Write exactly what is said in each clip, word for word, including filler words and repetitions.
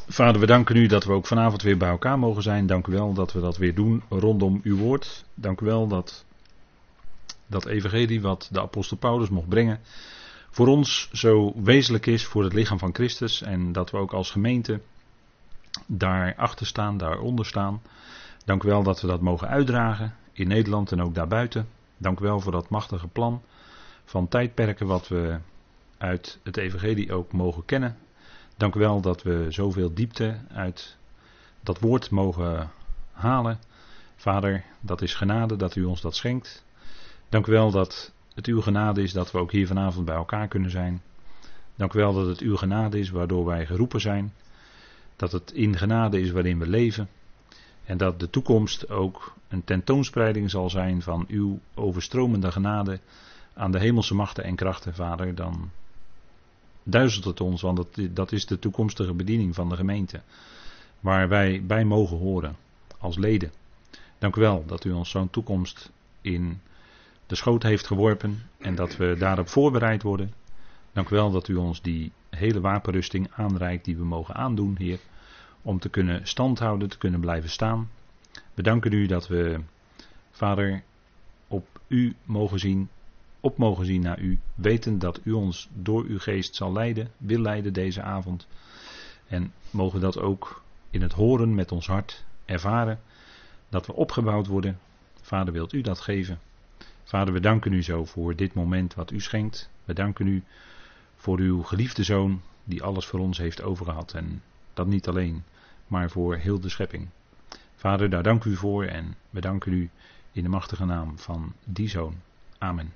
Vader, we danken u dat we ook vanavond weer bij elkaar mogen zijn. Dank u wel dat we dat weer doen rondom uw woord. Dank u wel dat dat evangelie wat de apostel Paulus mocht brengen voor ons zo wezenlijk is voor het lichaam van Christus. En dat we ook als gemeente daarachter staan, daaronder staan. Dank u wel dat we dat mogen uitdragen in Nederland en ook daarbuiten. Dank u wel voor dat machtige plan van tijdperken wat we uit het evangelie ook mogen kennen. Dank u wel dat we zoveel diepte uit dat woord mogen halen. Vader, dat is genade dat u ons dat schenkt. Dank u wel dat het uw genade is dat we ook hier vanavond bij elkaar kunnen zijn. Dank u wel dat het uw genade is waardoor wij geroepen zijn. Dat het in genade is waarin we leven. En dat de toekomst ook een tentoonspreiding zal zijn van uw overstromende genade aan de hemelse machten en krachten, Vader. Dan duizelt het ons, want dat, dat is de toekomstige bediening van de gemeente. Waar wij bij mogen horen als leden. Dank u wel dat u ons zo'n toekomst in de schoot heeft geworpen en dat we daarop voorbereid worden. Dank u wel dat u ons die hele wapenrusting aanreikt die we mogen aandoen, Heer. Om te kunnen standhouden, te kunnen blijven staan. We danken u dat we, Vader, op u mogen zien, op mogen zien naar u. Weten dat u ons door uw geest zal leiden, wil leiden deze avond. En mogen dat ook in het horen met ons hart ervaren. Dat we opgebouwd worden. Vader, wilt u dat geven? Vader, we danken u zo voor dit moment wat u schenkt. We danken u voor uw geliefde Zoon die alles voor ons heeft overgehad. En dat niet alleen, maar voor heel de schepping. Vader, daar dank u voor en we danken u in de machtige naam van die Zoon. Amen.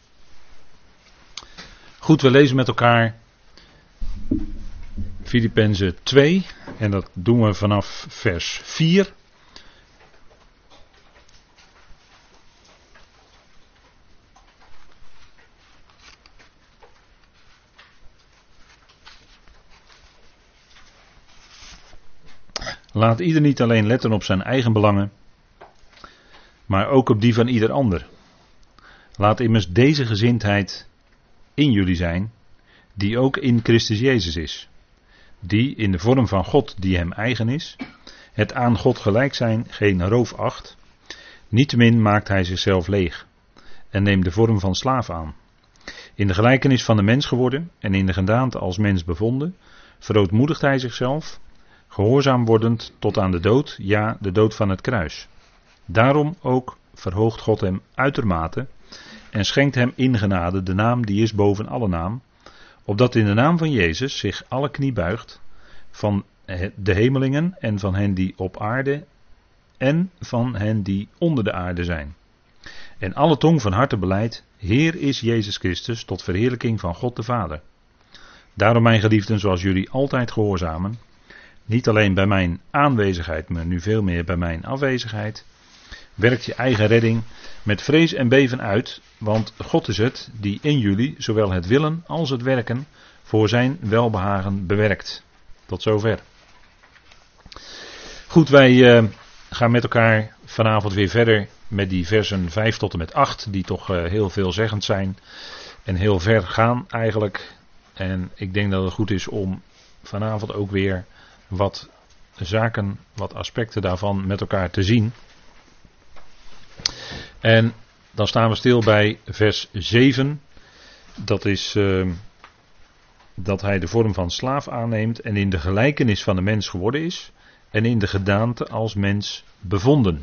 Goed, we lezen met elkaar Filippenzen twee en dat doen we vanaf vers vier. Laat ieder niet alleen letten op zijn eigen belangen, maar ook op die van ieder ander. Laat immers deze gezindheid in jullie zijn, die ook in Christus Jezus is. Die in de vorm van God die hem eigen is, het aan God gelijk zijn geen roof acht. Niettemin maakt hij zichzelf leeg en neemt de vorm van slaaf aan. In de gelijkenis van de mens geworden en in de gedaante als mens bevonden, verootmoedigt hij zichzelf, gehoorzaam wordend tot aan de dood, ja, de dood van het kruis. Daarom ook verhoogt God hem uitermate en schenkt hem in genade de naam die is boven alle naam, opdat in de naam van Jezus zich alle knie buigt, van de hemelingen en van hen die op aarde en van hen die onder de aarde zijn. En alle tong van harte belijdt, Heer is Jezus Christus, tot verheerlijking van God de Vader. Daarom, mijn geliefden, zoals jullie altijd gehoorzamen, niet alleen bij mijn aanwezigheid, maar nu veel meer bij mijn afwezigheid, werkt je eigen redding met vrees en beven uit, want God is het die in jullie zowel het willen als het werken voor zijn welbehagen bewerkt. Tot zover. Goed, wij uh, gaan met elkaar vanavond weer verder met die versen vijf tot en met acht, die toch uh, heel veelzeggend zijn en heel ver gaan eigenlijk. En ik denk dat het goed is om vanavond ook weer wat zaken, wat aspecten daarvan met elkaar te zien. En dan staan we stil bij vers zeven. Dat is uh, dat hij de vorm van slaaf aanneemt en in de gelijkenis van de mens geworden is en in de gedaante als mens bevonden.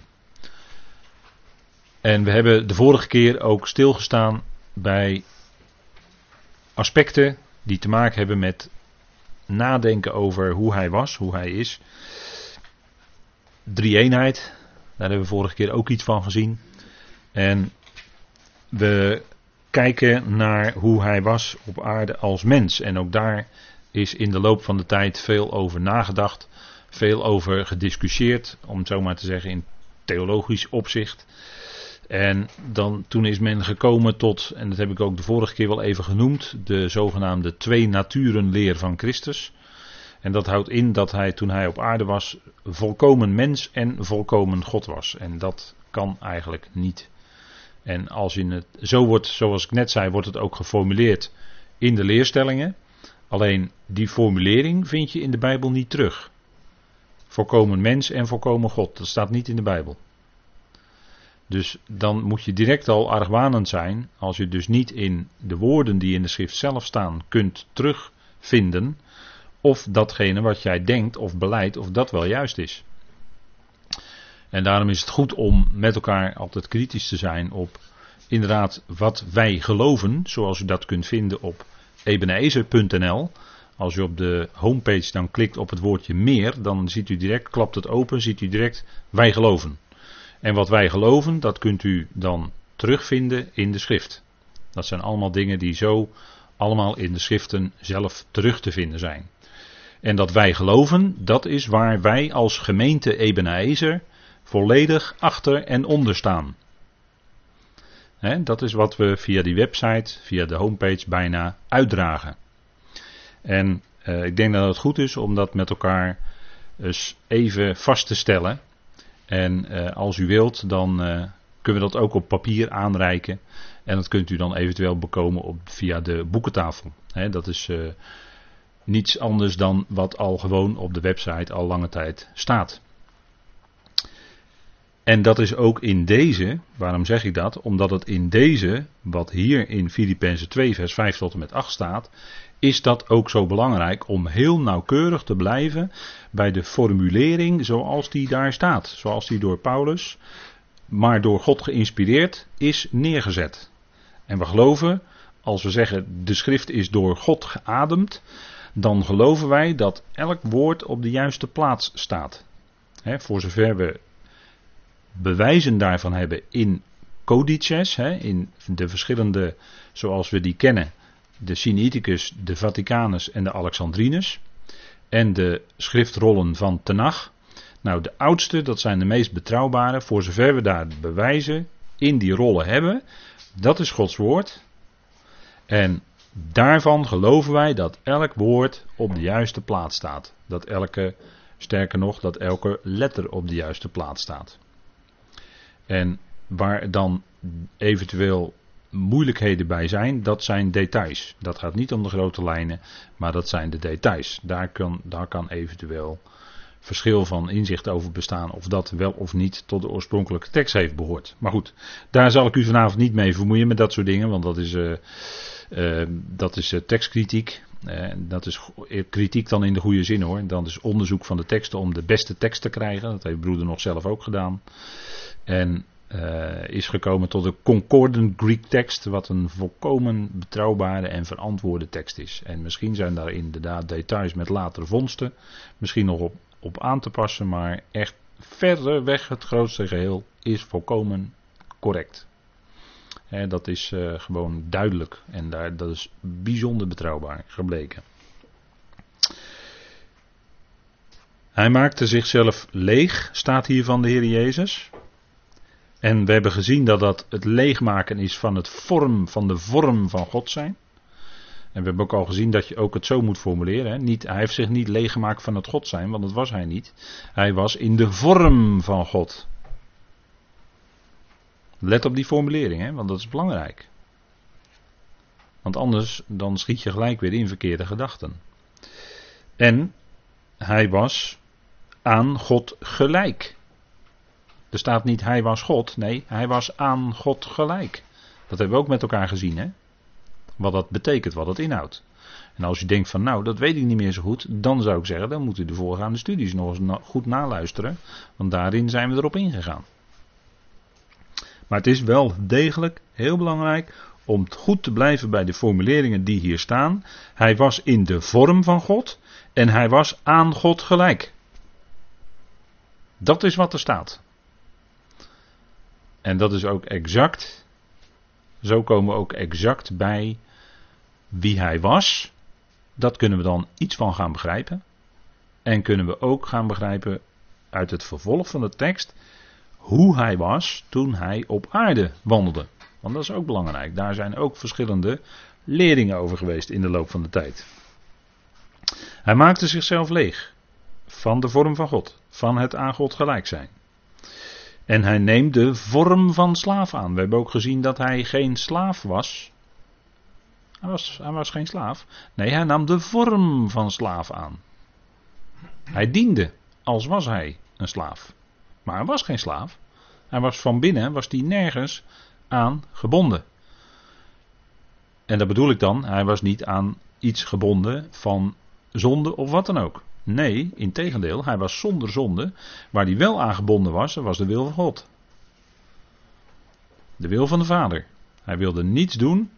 En we hebben de vorige keer ook stilgestaan bij aspecten die te maken hebben met nadenken over hoe hij was, hoe hij is. Drie-eenheid, daar hebben we vorige keer ook iets van gezien. En we kijken naar hoe hij was op aarde als mens. En ook daar is in de loop van de tijd veel over nagedacht, veel over gediscussieerd, om het zo maar te zeggen in theologisch opzicht. En dan, toen is men gekomen tot, en dat heb ik ook de vorige keer wel even genoemd, de zogenaamde twee naturen leer van Christus. En dat houdt in dat hij toen hij op aarde was volkomen mens en volkomen God was. En dat kan eigenlijk niet. En als je het zo wordt, zoals ik net zei, wordt het ook geformuleerd in de leerstellingen. Alleen die formulering vind je in de Bijbel niet terug. volkomen mens en volkomen God. Dat staat niet in de Bijbel. Dus dan moet je direct al argwanend zijn als je dus niet in de woorden die in de schrift zelf staan kunt terugvinden of datgene wat jij denkt of beleidt of dat wel juist is. En daarom is het goed om met elkaar altijd kritisch te zijn op inderdaad wat wij geloven, zoals u dat kunt vinden op ebenezer punt n l. Als u op de homepage dan klikt op het woordje meer, dan ziet u direct, klapt het open, ziet u direct wij geloven. En wat wij geloven, dat kunt u dan terugvinden in de schrift. Dat zijn allemaal dingen die zo allemaal in de schriften zelf terug te vinden zijn. En dat wij geloven, dat is waar wij als gemeente Ebenezer volledig achter en onder staan. He, dat is wat we via die website, via de homepage bijna uitdragen. En uh, ik denk dat het goed is om dat met elkaar eens even vast te stellen. En uh, als u wilt, dan uh, kunnen we dat ook op papier aanreiken. En dat kunt u dan eventueel bekomen op, via de boekentafel. He, dat is uh, niets anders dan wat al gewoon op de website al lange tijd staat. En dat is ook in deze, waarom zeg ik dat? Omdat het in deze, wat hier in Filippenzen twee vers vijf tot en met acht staat, is dat ook zo belangrijk om heel nauwkeurig te blijven bij de formulering zoals die daar staat. Zoals die door Paulus, maar door God geïnspireerd, is neergezet. En we geloven, als we zeggen de schrift is door God geademd, dan geloven wij dat elk woord op de juiste plaats staat. He, voor zover we bewijzen daarvan hebben in codices, he, in de verschillende, zoals we die kennen, de Sinaiticus, de Vaticanus en de Alexandrinus. En de schriftrollen van Tenach. Nou, de oudste, dat zijn de meest betrouwbare. Voor zover we daar bewijzen in die rollen hebben. Dat is Gods woord. En daarvan geloven wij dat elk woord op de juiste plaats staat. Dat elke, sterker nog, dat elke letter op de juiste plaats staat. En waar dan eventueel moeilijkheden bij zijn, dat zijn details. Dat gaat niet om de grote lijnen, maar dat zijn de details. Daar kan, daar kan eventueel verschil van inzicht over bestaan of dat wel of niet tot de oorspronkelijke tekst heeft behoord. Maar goed, daar zal ik u vanavond niet mee vermoeien met dat soort dingen, want dat is, uh, uh, dat is uh, tekstkritiek. Uh, dat is kritiek dan in de goede zin hoor. Dat is onderzoek van de teksten om de beste tekst te krijgen. Dat heeft broeder nog zelf ook gedaan. En Uh, is gekomen tot de Concordant Greek tekst, wat een volkomen betrouwbare en verantwoorde tekst is. En misschien zijn daar inderdaad details met latere vondsten, misschien nog op, op aan te passen, maar echt verder weg het grootste geheel is volkomen correct. He, dat is uh, gewoon duidelijk en daar, dat is bijzonder betrouwbaar gebleken. Hij maakte zichzelf leeg, staat hier van de Heer Jezus. En we hebben gezien dat dat het leegmaken is van, het vorm, van de vorm van God zijn. En we hebben ook al gezien dat je ook het zo moet formuleren. Hè? Niet, hij heeft zich niet leeggemaakt van het God zijn, want dat was hij niet. Hij was in de vorm van God. Let op die formulering, hè? Want dat is belangrijk. Want anders dan schiet je gelijk weer in verkeerde gedachten. En hij was aan God gelijk. Er staat niet hij was God, nee, hij was aan God gelijk. Dat hebben we ook met elkaar gezien, hè? Wat dat betekent, wat dat inhoudt. En als u denkt van nou, dat weet ik niet meer zo goed, dan zou ik zeggen, dan moet u de voorgaande studies nog eens goed naluisteren, want daarin zijn we erop ingegaan. Maar het is wel degelijk heel belangrijk om goed te blijven bij de formuleringen die hier staan. Hij was in de vorm van God en hij was aan God gelijk. Dat is wat er staat. En dat is ook exact, zo komen we ook exact bij wie hij was. Dat kunnen we dan iets van gaan begrijpen. En kunnen we ook gaan begrijpen uit het vervolg van de tekst hoe hij was toen hij op aarde wandelde. Want dat is ook belangrijk. Daar zijn ook verschillende leringen over geweest in de loop van de tijd. Hij maakte zichzelf leeg van de vorm van God, van het aan God gelijk zijn. En hij neemt de vorm van slaaf aan. We hebben ook gezien dat hij geen slaaf was. Hij was, hij was geen slaaf. Nee, hij nam de vorm van slaaf aan. Hij diende als was hij een slaaf. Maar hij was geen slaaf. Hij was van binnen, was hij nergens aan gebonden. En dat bedoel ik dan, hij was niet aan iets gebonden van zonde of wat dan ook. Nee, integendeel, hij was zonder zonde. Waar hij wel aan gebonden was, dat was de wil van God. De wil van de Vader. Hij wilde niets doen,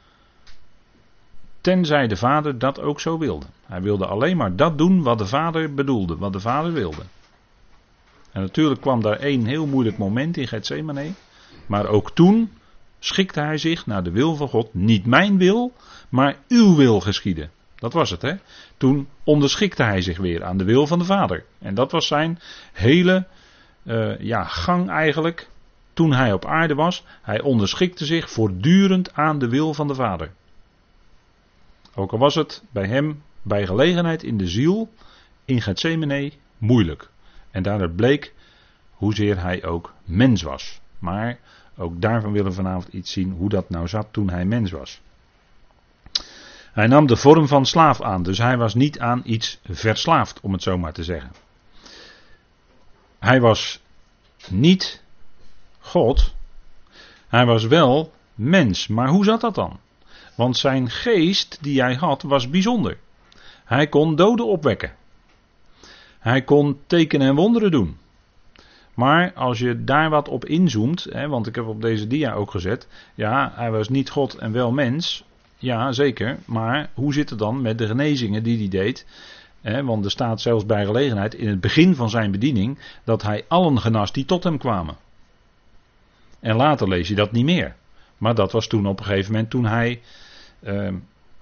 tenzij de Vader dat ook zo wilde. Hij wilde alleen maar dat doen wat de Vader bedoelde, wat de Vader wilde. En natuurlijk kwam daar één heel moeilijk moment in Getsemane. Maar ook toen schikte hij zich naar de wil van God. Niet mijn wil, maar uw wil geschieden. Dat was het, hè. Toen onderschikte hij zich weer aan de wil van de Vader. En dat was zijn hele uh, ja, gang eigenlijk. Toen hij op aarde was. Hij onderschikte zich voortdurend aan de wil van de Vader. Ook al was het bij hem bij gelegenheid in de ziel in Getsemane moeilijk. En daaruit bleek hoezeer hij ook mens was. Maar ook daarvan willen we vanavond iets zien hoe dat nou zat toen hij mens was. Hij nam de vorm van slaaf aan, dus hij was niet aan iets verslaafd, om het zo maar te zeggen. Hij was niet God, hij was wel mens. Maar hoe zat dat dan? Want zijn geest die hij had was bijzonder. Hij kon doden opwekken. Hij kon tekenen en wonderen doen. Maar als je daar wat op inzoomt, hè, want ik heb op deze dia ook gezet, ja, hij was niet God en wel mens. Ja, zeker. Maar hoe zit het dan met de genezingen die hij deed? Hè, want er staat zelfs bij gelegenheid in het begin van zijn bediening dat hij allen genas die tot hem kwamen. En later lees je dat niet meer. Maar dat was toen op een gegeven moment toen hij, uh,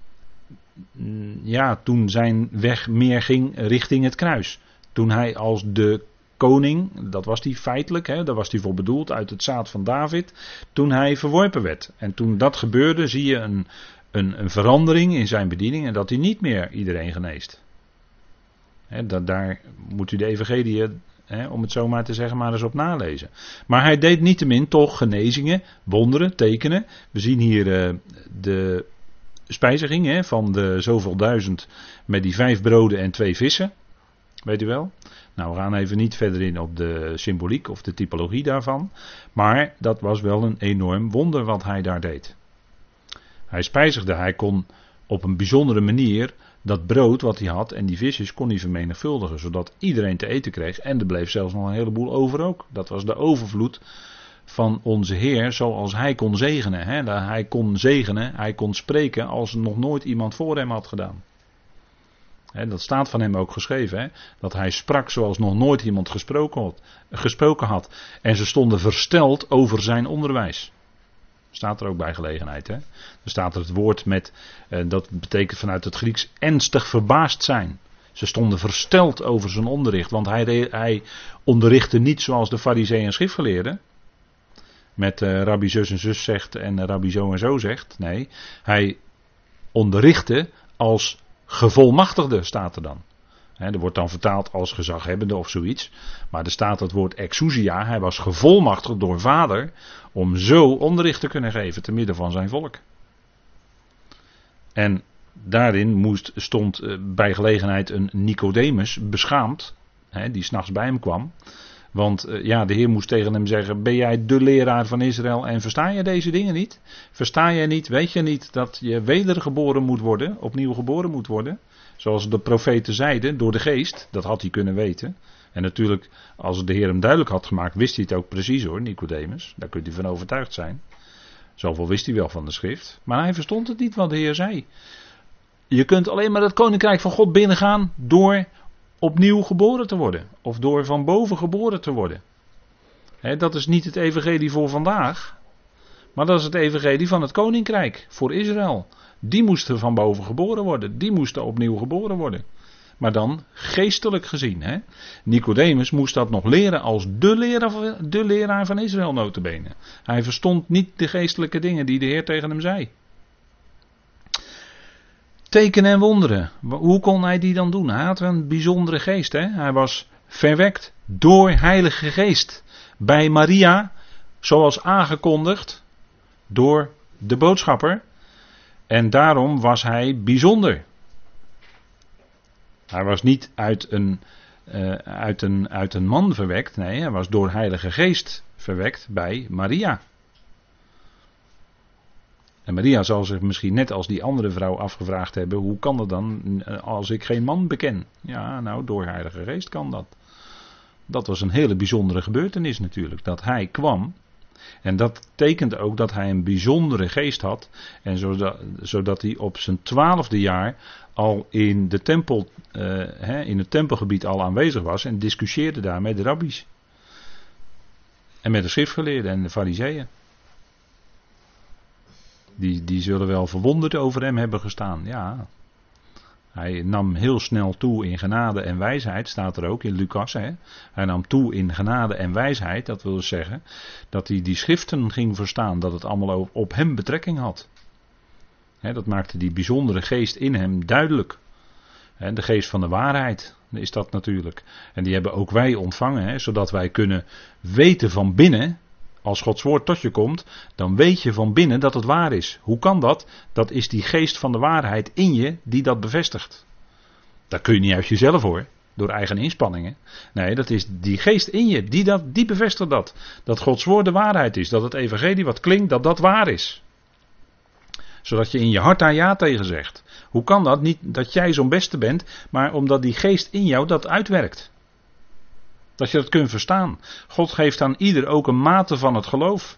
ja, toen zijn weg meer ging richting het kruis. Toen hij als de koning, dat was hij feitelijk, hè, daar was hij voor bedoeld, uit het zaad van David, toen hij verworpen werd. En toen dat gebeurde, zie je een, een, een verandering in zijn bediening en dat hij niet meer iedereen geneest. Hè, dat, daar moet u de evangelie, hè, om het zo maar te zeggen, maar eens op nalezen. Maar hij deed niettemin toch genezingen, wonderen, tekenen. We zien hier uh, de spijziging hè, van de zoveel duizend met die vijf broden en twee vissen. Weet u wel? Nou, we gaan even niet verder in op de symboliek of de typologie daarvan. Maar dat was wel een enorm wonder wat hij daar deed. Hij spijzigde, hij kon op een bijzondere manier dat brood wat hij had en die visjes kon hij vermenigvuldigen. Zodat iedereen te eten kreeg en er bleef zelfs nog een heleboel over ook. Dat was de overvloed van onze Heer zoals hij kon zegenen. Hè? Hij kon zegenen, hij kon spreken als nog nooit iemand voor hem had gedaan. He, dat staat van hem ook geschreven, he, dat hij sprak zoals nog nooit iemand gesproken had, gesproken had. En ze stonden versteld over zijn onderwijs. Staat er ook bij gelegenheid. He. Er staat er het woord met, eh, dat betekent vanuit het Grieks ernstig verbaasd zijn. Ze stonden versteld over zijn onderricht, want hij, hij onderrichtte niet zoals de farizeeën en schriftgeleerden. Met uh, rabbi zus en zus zegt en rabbi zo en zo zegt. Nee, hij onderrichtte als gevolmachtigde, staat er dan. He, er wordt dan vertaald als gezaghebbende of zoiets. Maar er staat het woord exousia. Hij was gevolmachtigd door vader om zo onderricht te kunnen geven te midden van zijn volk. En daarin moest, stond uh, bij gelegenheid een Nicodemus beschaamd. He, die 's nachts bij hem kwam. Want uh, ja, de Heer moest tegen hem zeggen: ben jij de leraar van Israël en versta je deze dingen niet? Versta je niet, weet je niet dat je wedergeboren moet worden, opnieuw geboren moet worden? Zoals de profeten zeiden, door de geest, dat had hij kunnen weten. En natuurlijk, als de Heer hem duidelijk had gemaakt, wist hij het ook precies hoor, Nicodemus. Daar kunt u van overtuigd zijn. Zoveel wist hij wel van de schrift. Maar hij verstond het niet wat de Heer zei. Je kunt alleen maar het koninkrijk van God binnengaan door opnieuw geboren te worden. Of door van boven geboren te worden. He, dat is niet het evangelie voor vandaag. Maar dat is het evangelie van het koninkrijk voor Israël. Die moesten van boven geboren worden. Die moesten opnieuw geboren worden. Maar dan geestelijk gezien. He. Nicodemus moest dat nog leren als de leraar, de leraar van Israël nota bene. Hij verstond niet de geestelijke dingen die de Heer tegen hem zei. Tekenen en wonderen. Hoe kon hij die dan doen? Hij had een bijzondere geest. Hè? Hij was verwekt door Heilige Geest. Bij Maria, zoals aangekondigd door de boodschapper. En daarom was hij bijzonder. Hij was niet uit een, uh, uit, een, uit een man verwekt. Nee, hij was door Heilige Geest verwekt bij Maria. En Maria zal zich misschien net als die andere vrouw afgevraagd hebben, hoe kan dat dan als ik geen man beken? Ja, nou, door Heilige Geest kan dat. Dat was een hele bijzondere gebeurtenis natuurlijk, dat hij kwam. En dat tekent ook dat hij een bijzondere geest had. En zodat, zodat hij op zijn twaalfde jaar al in, de tempel, uh, hè, in het tempelgebied al aanwezig was en discussieerde daar met de rabbies. En met de schriftgeleerden en de fariseeën. Die, die zullen wel verwonderd over hem hebben gestaan. Ja. Hij nam heel snel toe in genade en wijsheid, staat er ook in Lucas. Hè? Hij nam toe in genade en wijsheid, dat wil dus zeggen dat hij die schriften ging verstaan, dat het allemaal op hem betrekking had. Hè, dat maakte die bijzondere geest in hem duidelijk. Hè, de geest van de waarheid is dat natuurlijk. En die hebben ook wij ontvangen, hè, zodat wij kunnen weten van binnen. Als Gods woord tot je komt, dan weet je van binnen dat het waar is. Hoe kan dat? Dat is die geest van de waarheid in je die dat bevestigt. Dat kun je niet uit jezelf hoor, door eigen inspanningen. Nee, dat is die geest in je, die, dat, die bevestigt dat. Dat Gods woord de waarheid is, dat het evangelie wat klinkt, dat dat waar is. Zodat je in je hart daar ja tegen zegt. Hoe kan dat? Niet dat jij zo'n beste bent, maar omdat die geest in jou dat uitwerkt. Dat je dat kunt verstaan. God geeft aan ieder ook een mate van het geloof.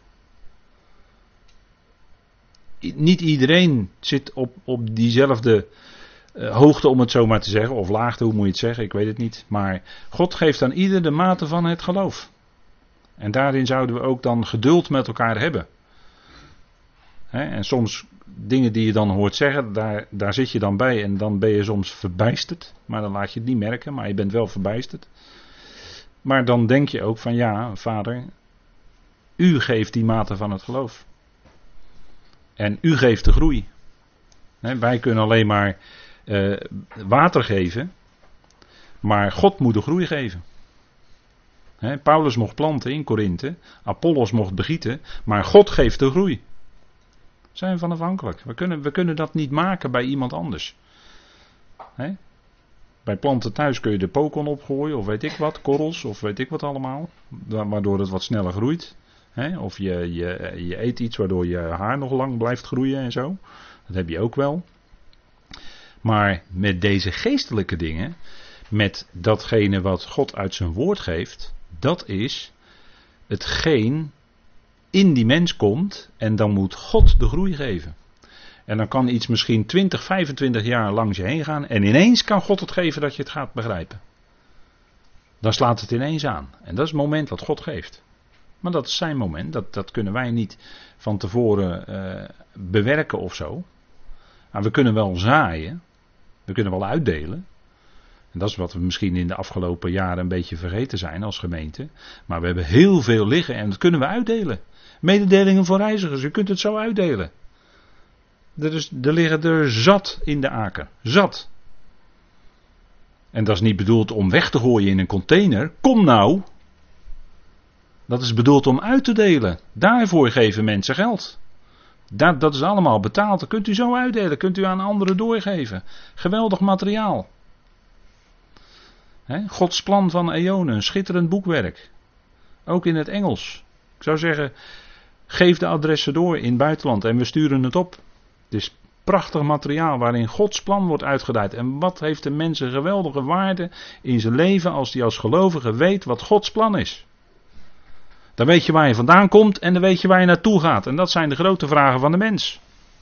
I- niet iedereen zit op, op diezelfde uh, hoogte, om het zo maar te zeggen. Of laagte, hoe moet je het zeggen, ik weet het niet. Maar God geeft aan ieder de mate van het geloof. En daarin zouden we ook dan geduld met elkaar hebben. Hè, en soms dingen die je dan hoort zeggen, daar, daar zit je dan bij en dan ben je soms verbijsterd. Maar dan laat je het niet merken, maar je bent wel verbijsterd. Maar dan denk je ook van ja, Vader, u geeft die mate van het geloof. En u geeft de groei. He, wij kunnen alleen maar uh, water geven, maar God moet de groei geven. He, Paulus mocht planten in Korinthe, Apollos mocht begieten, maar God geeft de groei. Zijn we van afhankelijk. We kunnen, we kunnen dat niet maken bij iemand anders. He? Bij planten thuis kun je de pokon opgooien of weet ik wat, korrels of weet ik wat allemaal. Waardoor het wat sneller groeit. Hè? Of je, je, je eet iets waardoor je haar nog lang blijft groeien en zo. Dat heb je ook wel. Maar met deze geestelijke dingen, met datgene wat God uit zijn woord geeft, dat is hetgeen in die mens komt en dan moet God de groei geven. En dan kan iets misschien twintig, vijfentwintig jaar langs je heen gaan. En ineens kan God het geven dat je het gaat begrijpen. Dan slaat het ineens aan. En dat is het moment wat God geeft. Maar dat is zijn moment. Dat, dat kunnen wij niet van tevoren uh, bewerken of zo. Maar we kunnen wel zaaien. We kunnen wel uitdelen. En dat is wat we misschien in de afgelopen jaren een beetje vergeten zijn als gemeente. Maar we hebben heel veel liggen en dat kunnen we uitdelen. Mededelingen voor reizigers. U kunt het zo uitdelen. Er, is, er liggen er zat in de aker. Zat. En dat is niet bedoeld om weg te gooien in een container. Kom nou. Dat is bedoeld om uit te delen. Daarvoor geven mensen geld. Dat, dat is allemaal betaald. Dat kunt u zo uitdelen. Kunt u aan anderen doorgeven. Geweldig materiaal. He, Gods plan van eonen. Een schitterend boekwerk. Ook in het Engels. Ik zou zeggen, geef de adressen door in het buitenland en we sturen het op. Het is prachtig materiaal waarin Gods plan wordt uitgedijd. En wat heeft de mens een geweldige waarde in zijn leven als hij als gelovige weet wat Gods plan is. Dan weet je waar je vandaan komt en dan weet je waar je naartoe gaat. En dat zijn de grote vragen van de mens.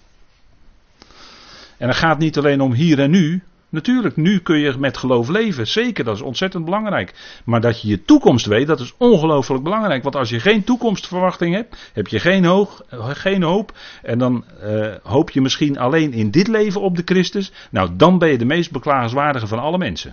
En het gaat niet alleen om hier en nu. Natuurlijk, nu kun je met geloof leven. Zeker, dat is ontzettend belangrijk. Maar dat je je toekomst weet, dat is ongelooflijk belangrijk. Want als je geen toekomstverwachting hebt, heb je geen, hoog, geen hoop. En dan uh, hoop je misschien alleen in dit leven op de Christus. Nou, dan ben je de meest beklagenswaardige van alle mensen.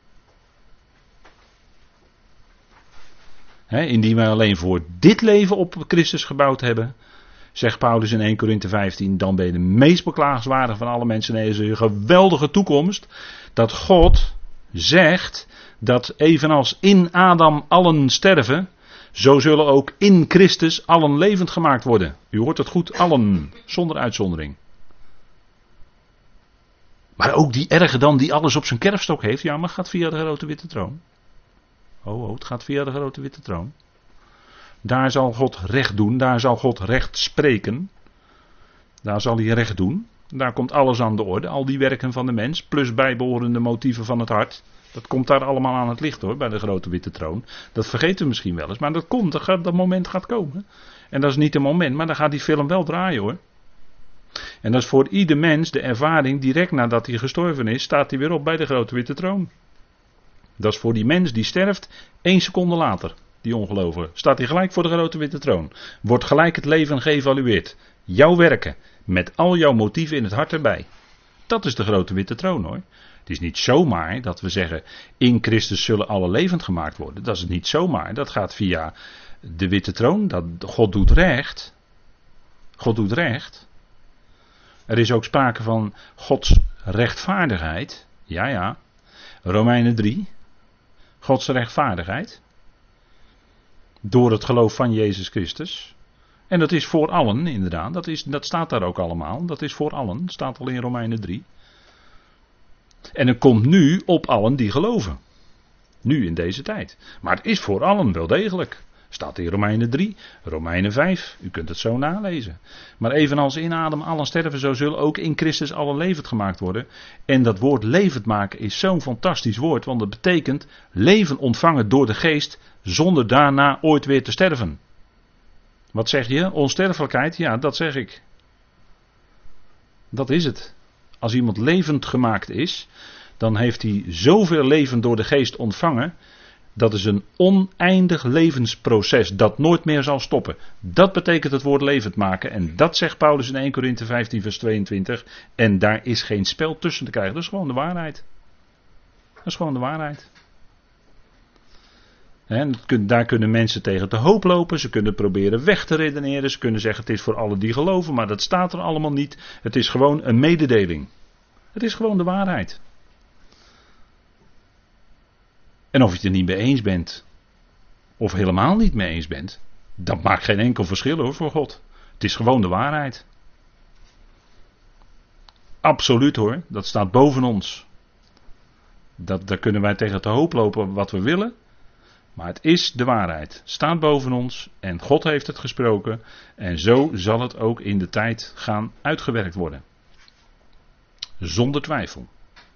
He, indien wij alleen voor dit leven op Christus gebouwd hebben, zegt Paulus in eerste Korinthe vijftien, dan ben je de meest beklagenswaardige van alle mensen. Nee, het is een geweldige toekomst dat God zegt dat evenals in Adam allen sterven, zo zullen ook in Christus allen levend gemaakt worden. U hoort het goed, allen, zonder uitzondering. Maar ook die erge dan die alles op zijn kerfstok heeft, ja, maar gaat via de grote witte troon. Oh, oh, het gaat via de grote witte troon. Daar zal God recht doen, daar zal God recht spreken. Daar zal hij recht doen. Daar komt alles aan de orde, al die werken van de mens, plus bijbehorende motieven van het hart. Dat komt daar allemaal aan het licht hoor, bij de grote witte troon. Dat vergeten we misschien wel eens, maar dat komt, dat, gaat, dat moment gaat komen. En dat is niet een moment, maar dan gaat die film wel draaien hoor. En dat is voor ieder mens de ervaring, direct nadat hij gestorven is, staat hij weer op bij de grote witte troon. Dat is voor die mens die sterft, één seconde later, die ongelovige, staat hij gelijk voor de grote witte troon. Wordt gelijk het leven geëvalueerd. Jouw werken, met al jouw motieven in het hart erbij. Dat is de grote witte troon hoor. Het is niet zomaar dat we zeggen, in Christus zullen alle levend gemaakt worden. Dat is het niet zomaar, dat gaat via de witte troon. Dat, God doet recht. God doet recht. Er is ook sprake van Gods rechtvaardigheid. Ja, ja. Romeinen drie. Gods rechtvaardigheid. Door het geloof van Jezus Christus. En dat is voor allen, inderdaad. Dat, is, dat staat daar ook allemaal. Dat is voor allen. Dat staat al in Romeinen drie. En het komt nu op allen die geloven. Nu in deze tijd. Maar het is voor allen wel degelijk. Staat in Romeinen drie, Romeinen vijf. U kunt het zo nalezen. Maar evenals in Adam allen sterven, zo zullen ook in Christus allen levend gemaakt worden. En dat woord levend maken is zo'n fantastisch woord. Want dat betekent leven ontvangen door de geest zonder daarna ooit weer te sterven. Wat zeg je? Onsterfelijkheid? Ja, dat zeg ik. Dat is het. Als iemand levend gemaakt is, dan heeft hij zoveel leven door de geest ontvangen. Dat is een oneindig levensproces dat nooit meer zal stoppen. Dat betekent het woord levend maken. En dat zegt Paulus in eerste Korinthe vijftien vers tweeëntwintig. En daar is geen spel tussen te krijgen. Dat is gewoon de waarheid. Dat is gewoon de waarheid. He, daar kunnen mensen tegen te hoop lopen. Ze kunnen proberen weg te redeneren. Ze kunnen zeggen het is voor allen die geloven. Maar dat staat er allemaal niet. Het is gewoon een mededeling. Het is gewoon de waarheid. En of je het er niet mee eens bent. Of helemaal niet mee eens bent. Dat maakt geen enkel verschil hoor voor God. Het is gewoon de waarheid. Absoluut hoor. Dat staat boven ons. Dat, daar kunnen wij tegen te hoop lopen wat we willen. Maar het is de waarheid. Het staat boven ons. En God heeft het gesproken. En zo zal het ook in de tijd gaan uitgewerkt worden. Zonder twijfel.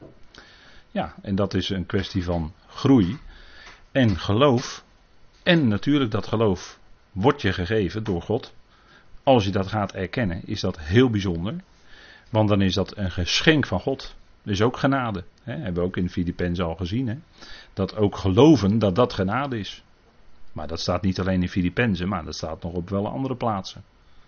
Ja, en dat is een kwestie van groei en geloof. En natuurlijk dat geloof wordt je gegeven door God. Als je dat gaat erkennen, is dat heel bijzonder. Want dan is dat een geschenk van God. Dat is ook genade. Hè? Hebben we ook in Filippenzen al gezien. Hè? Dat ook geloven dat dat genade is. Maar dat staat niet alleen in Filippenzen, maar dat staat nog op wel andere plaatsen.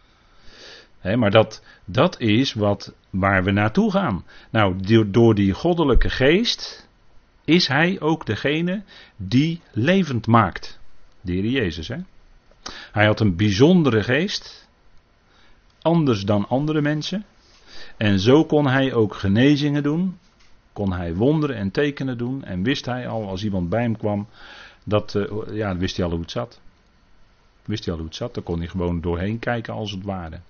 He, maar dat, dat is wat, waar we naartoe gaan. Nou, door, door die goddelijke geest is hij ook degene die levend maakt. De Heer Jezus. Hè? Hij had een bijzondere geest. Anders dan andere mensen. En zo kon hij ook genezingen doen. Kon hij wonderen en tekenen doen. En wist hij al, als iemand bij hem kwam, dat, uh, ja, dan wist hij al hoe het zat. Wist hij al hoe het zat. Dan kon hij gewoon doorheen kijken als het ware.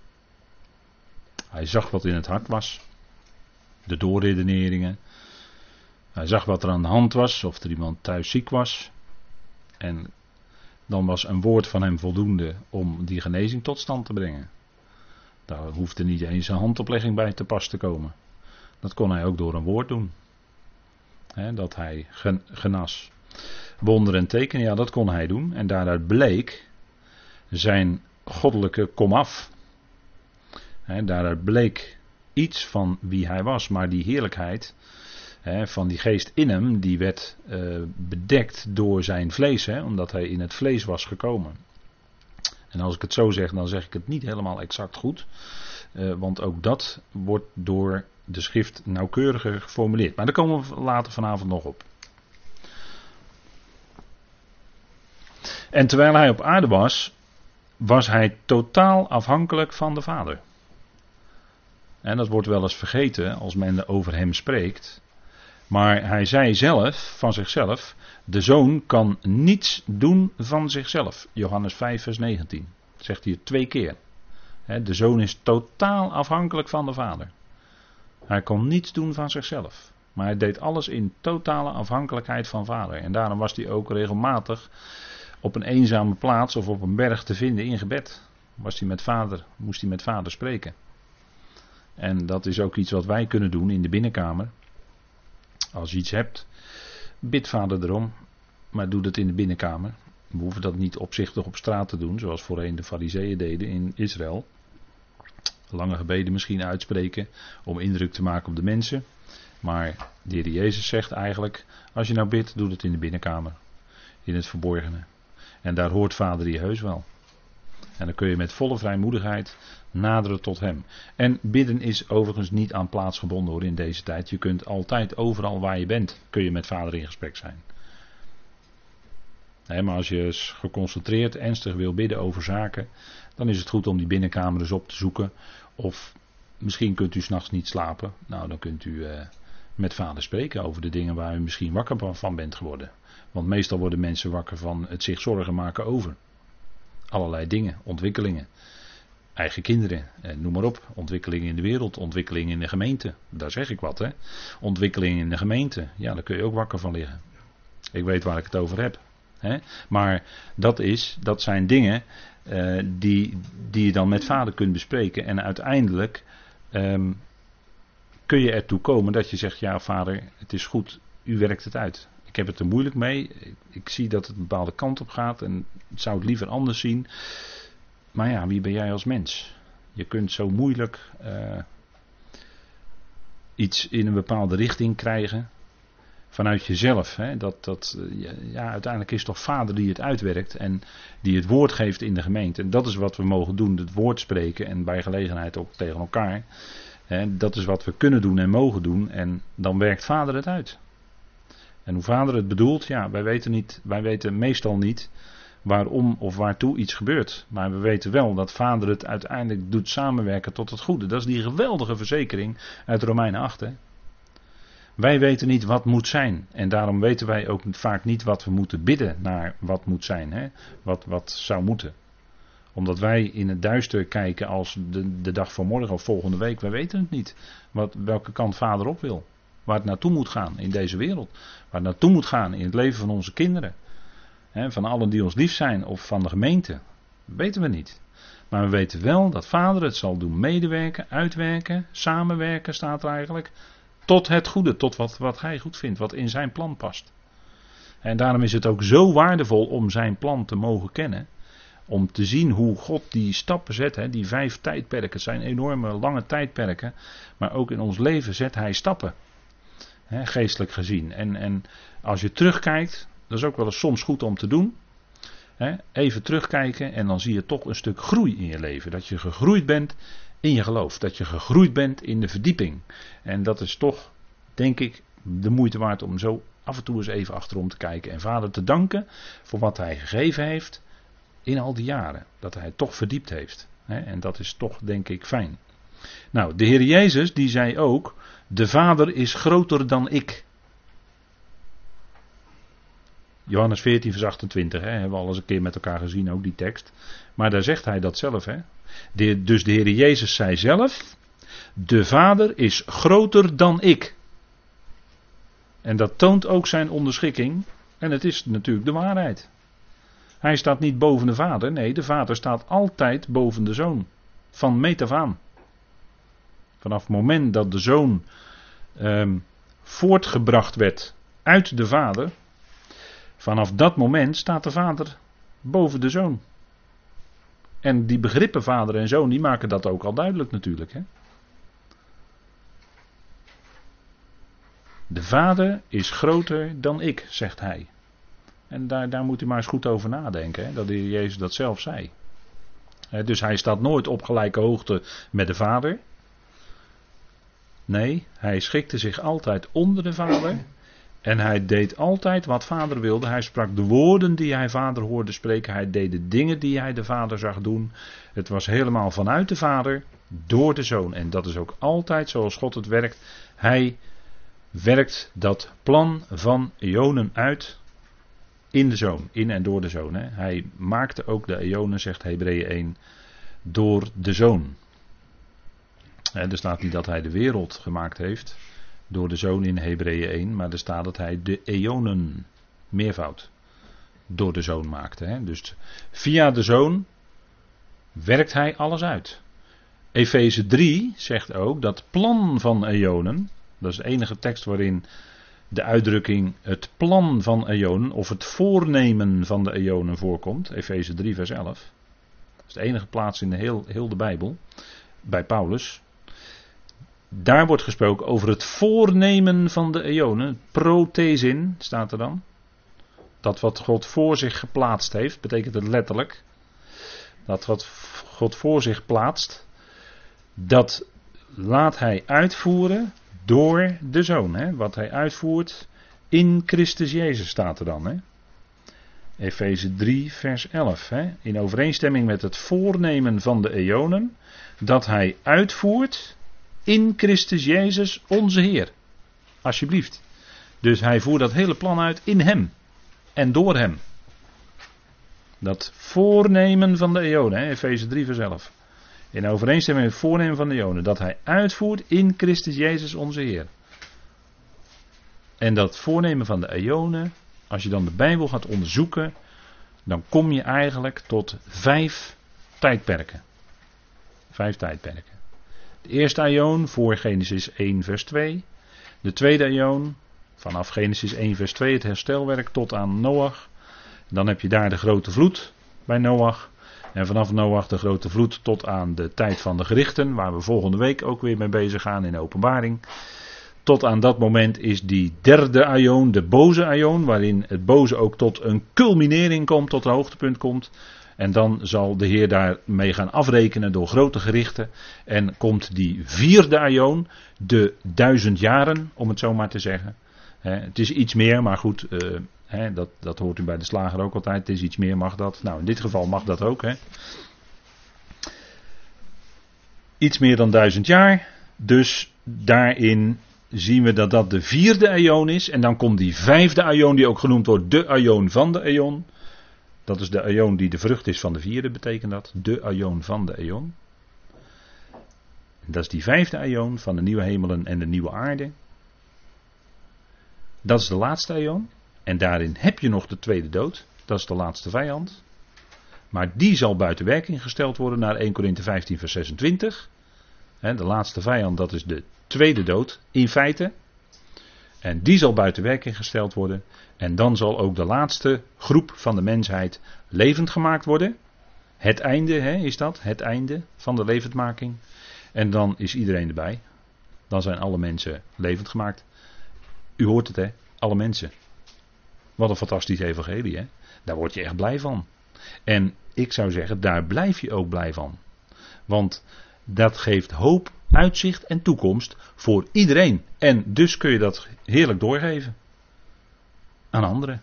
Hij zag wat in het hart was. De doorredeneringen. Hij zag wat er aan de hand was. Of er iemand thuis ziek was. En dan was een woord van hem voldoende om die genezing tot stand te brengen. Daar hoefde niet eens een handoplegging bij te pas te komen. Dat kon hij ook door een woord doen. He, dat hij gen, genas. Wonderen en tekenen, ja dat kon hij doen. En daaruit bleek zijn goddelijke komaf. He, daaruit bleek iets van wie hij was, maar die heerlijkheid he, van die geest in hem, die werd uh, bedekt door zijn vlees, he, omdat hij in het vlees was gekomen. En als ik het zo zeg, dan zeg ik het niet helemaal exact goed, uh, want ook dat wordt door de schrift nauwkeuriger geformuleerd. Maar daar komen we later vanavond nog op. En terwijl hij op aarde was, was hij totaal afhankelijk van de Vader. En dat wordt wel eens vergeten als men over hem spreekt. Maar hij zei zelf, van zichzelf, de Zoon kan niets doen van zichzelf. Johannes vijf vers negentien. Dat zegt hij twee keer. De Zoon is totaal afhankelijk van de Vader. Hij kon niets doen van zichzelf. Maar hij deed alles in totale afhankelijkheid van vader. En daarom was hij ook regelmatig op een eenzame plaats of op een berg te vinden in gebed. Was hij met vader, moest hij met vader spreken. En dat is ook iets wat wij kunnen doen in de binnenkamer. Als je iets hebt, bid vader erom, maar doe dat in de binnenkamer. We hoeven dat niet opzichtig op straat te doen, zoals voorheen de Farizeeën deden in Israël. Lange gebeden misschien uitspreken om indruk te maken op de mensen. Maar de Heer Jezus zegt eigenlijk, als je nou bidt, doe dat in de binnenkamer. In het verborgene. En daar hoort vader je heus wel. En dan kun je met volle vrijmoedigheid naderen tot hem. En bidden is overigens niet aan plaats gebonden hoor in deze tijd. Je kunt altijd overal waar je bent, kun je met vader in gesprek zijn. Nee, maar als je geconcentreerd ernstig wil bidden over zaken, dan is het goed om die binnenkamer eens op te zoeken. Of misschien kunt u 's nachts niet slapen. Nou, dan kunt u uh, met vader spreken over de dingen waar u misschien wakker van bent geworden. Want meestal worden mensen wakker van het zich zorgen maken over. Allerlei dingen, ontwikkelingen. Eigen kinderen, eh, noem maar op. Ontwikkelingen in de wereld, ontwikkelingen in de gemeente. Daar zeg ik wat, hè. Ontwikkelingen in de gemeente. Ja, daar kun je ook wakker van liggen. Ik weet waar ik het over heb. Hè? Maar dat, is, dat zijn dingen uh, die, die je dan met vader kunt bespreken. En uiteindelijk um, kun je ertoe komen dat je zegt, ja vader, het is goed, u werkt het uit. Ik heb het er moeilijk mee. Ik, ik zie dat het een bepaalde kant op gaat en ik zou het liever anders zien. Maar ja, wie ben jij als mens? Je kunt zo moeilijk uh, iets in een bepaalde richting krijgen. Vanuit jezelf. Hè? Dat, dat, ja, uiteindelijk is het toch vader die het uitwerkt. En die het woord geeft in de gemeente. En dat is wat we mogen doen. Het woord spreken. En bij gelegenheid ook tegen elkaar. Hè? Dat is wat we kunnen doen en mogen doen. En dan werkt vader het uit. En hoe vader het bedoelt. Ja, wij weten, niet, wij weten meestal niet waarom of waartoe iets gebeurt. Maar we weten wel dat vader het uiteindelijk doet samenwerken tot het goede. Dat is die geweldige verzekering uit Romeinen acht. Hè? Wij weten niet wat moet zijn. En daarom weten wij ook vaak niet wat we moeten bidden naar wat moet zijn. Hè? Wat, wat zou moeten. Omdat wij in het duister kijken als de, de dag van morgen of volgende week. Wij weten het niet. Wat, welke kant vader op wil. Waar het naartoe moet gaan in deze wereld. Waar het naartoe moet gaan in het leven van onze kinderen. Hè? Van allen die ons lief zijn of van de gemeente. Dat weten we niet. Maar we weten wel dat vader het zal doen medewerken, uitwerken, samenwerken staat er eigenlijk. Tot het goede, tot wat, wat hij goed vindt, wat in zijn plan past. En daarom is het ook zo waardevol om zijn plan te mogen kennen. Om te zien hoe God die stappen zet, hè, die vijf tijdperken, het zijn enorme lange tijdperken. Maar ook in ons leven zet hij stappen, hè, geestelijk gezien. En, en als je terugkijkt, dat is ook wel eens soms goed om te doen. Hè, even terugkijken en dan zie je toch een stuk groei in je leven. Dat je gegroeid bent in je geloof. Dat je gegroeid bent in de verdieping. En dat is toch, denk ik, de moeite waard om zo af en toe eens even achterom te kijken. En vader te danken voor wat hij gegeven heeft in al die jaren. Dat hij het toch verdiept heeft. En dat is toch, denk ik, fijn. Nou, de Heer Jezus die zei ook, de Vader is groter dan ik. Johannes veertien vers achtentwintig, hè, hebben we al eens een keer met elkaar gezien, ook die tekst. Maar daar zegt hij dat zelf. Hè. De, dus de Heer Jezus zei zelf, de Vader is groter dan ik. En dat toont ook zijn onderschikking. En het is natuurlijk de waarheid. Hij staat niet boven de Vader. Nee, de Vader staat altijd boven de Zoon. Van meet af aan. Vanaf het moment dat de Zoon um, voortgebracht werd uit de Vader. Vanaf dat moment staat de Vader boven de Zoon. En die begrippen Vader en Zoon, die maken dat ook al duidelijk natuurlijk. Hè? De Vader is groter dan ik, zegt hij. En daar, daar moet u maar eens goed over nadenken, hè? Dat de Heer Jezus dat zelf zei. He, dus hij staat nooit op gelijke hoogte met de Vader. Nee, hij schikte zich altijd onder de Vader. En hij deed altijd wat Vader wilde. Hij sprak de woorden die hij Vader hoorde spreken. Hij deed de dingen die hij de Vader zag doen. Het was helemaal vanuit de Vader, door de Zoon. En dat is ook altijd zoals God het werkt. Hij werkt dat plan van eonen uit in de Zoon, in en door de Zoon. Hè. Hij maakte ook de eonen, zegt Hebreeën één, door de Zoon. Hè, er staat niet dat hij de wereld gemaakt heeft, door de Zoon in Hebreeën één, maar er staat dat hij de eonen, meervoud, door de Zoon maakte. Hè? Dus via de Zoon werkt hij alles uit. Efeze drie zegt ook dat plan van eonen, dat is de enige tekst waarin de uitdrukking het plan van eonen of het voornemen van de eonen voorkomt. Efeze drie vers elf. Dat is de enige plaats in de heel, heel de Bijbel, bij Paulus. Daar wordt gesproken over het voornemen van de eonen. Prothesin staat er dan. Dat wat God voor zich geplaatst heeft, betekent het letterlijk. Dat wat God voor zich plaatst, dat laat hij uitvoeren door de Zoon. Hè? Wat hij uitvoert in Christus Jezus staat er dan. Hè? Efeze drie vers elf. Hè? In overeenstemming met het voornemen van de eonen, dat hij uitvoert in Christus Jezus onze Heer. Alsjeblieft. Dus hij voert dat hele plan uit in hem. En door hem. Dat voornemen van de eonen. Efeze drie vers elf. In overeenstemming met het voornemen van de eonen. Dat hij uitvoert in Christus Jezus onze Heer. En dat voornemen van de eonen. Als je dan de Bijbel gaat onderzoeken. Dan kom je eigenlijk tot vijf tijdperken. Vijf tijdperken. De eerste aion voor Genesis één vers twee. De tweede aion vanaf Genesis één vers twee het herstelwerk tot aan Noach. Dan heb je daar de grote vloed bij Noach. En vanaf Noach de grote vloed tot aan de tijd van de gerichten. Waar we volgende week ook weer mee bezig gaan in de openbaring. Tot aan dat moment is die derde aion, de boze aion. Waarin het boze ook tot een culminering komt, tot een hoogtepunt komt. En dan zal de Heer daarmee gaan afrekenen door grote gerichten. En komt die vierde aion, de duizend jaren, om het zo maar te zeggen. He, het is iets meer, maar goed, uh, he, dat, dat hoort u bij de slager ook altijd. Het is iets meer, mag dat? Nou, in dit geval mag dat ook. He. Iets meer dan duizend jaar. Dus daarin zien we dat dat de vierde aion is. En dan komt die vijfde aion, die ook genoemd wordt de aion van de eon. Dat is de aion die de vrucht is van de vierde, betekent dat. De aion van de eon. Dat is die vijfde aion van de nieuwe hemelen en de nieuwe aarde. Dat is de laatste aion. En daarin heb je nog de tweede dood. Dat is de laatste vijand. Maar die zal buiten werking gesteld worden naar eerste Korinthe vijftien vers zesentwintig. De laatste vijand, dat is de tweede dood in feite. En die zal buiten werking gesteld worden. En dan zal ook de laatste groep van de mensheid levend gemaakt worden. Het einde hè, is dat. Het einde van de levendmaking. En dan is iedereen erbij. Dan zijn alle mensen levend gemaakt. U hoort het hè. Alle mensen. Wat een fantastisch evangelie hè. Daar word je echt blij van. En ik zou zeggen, daar blijf je ook blij van. Want dat geeft hoop, uitzicht en toekomst voor iedereen. En dus kun je dat heerlijk doorgeven. Aan anderen.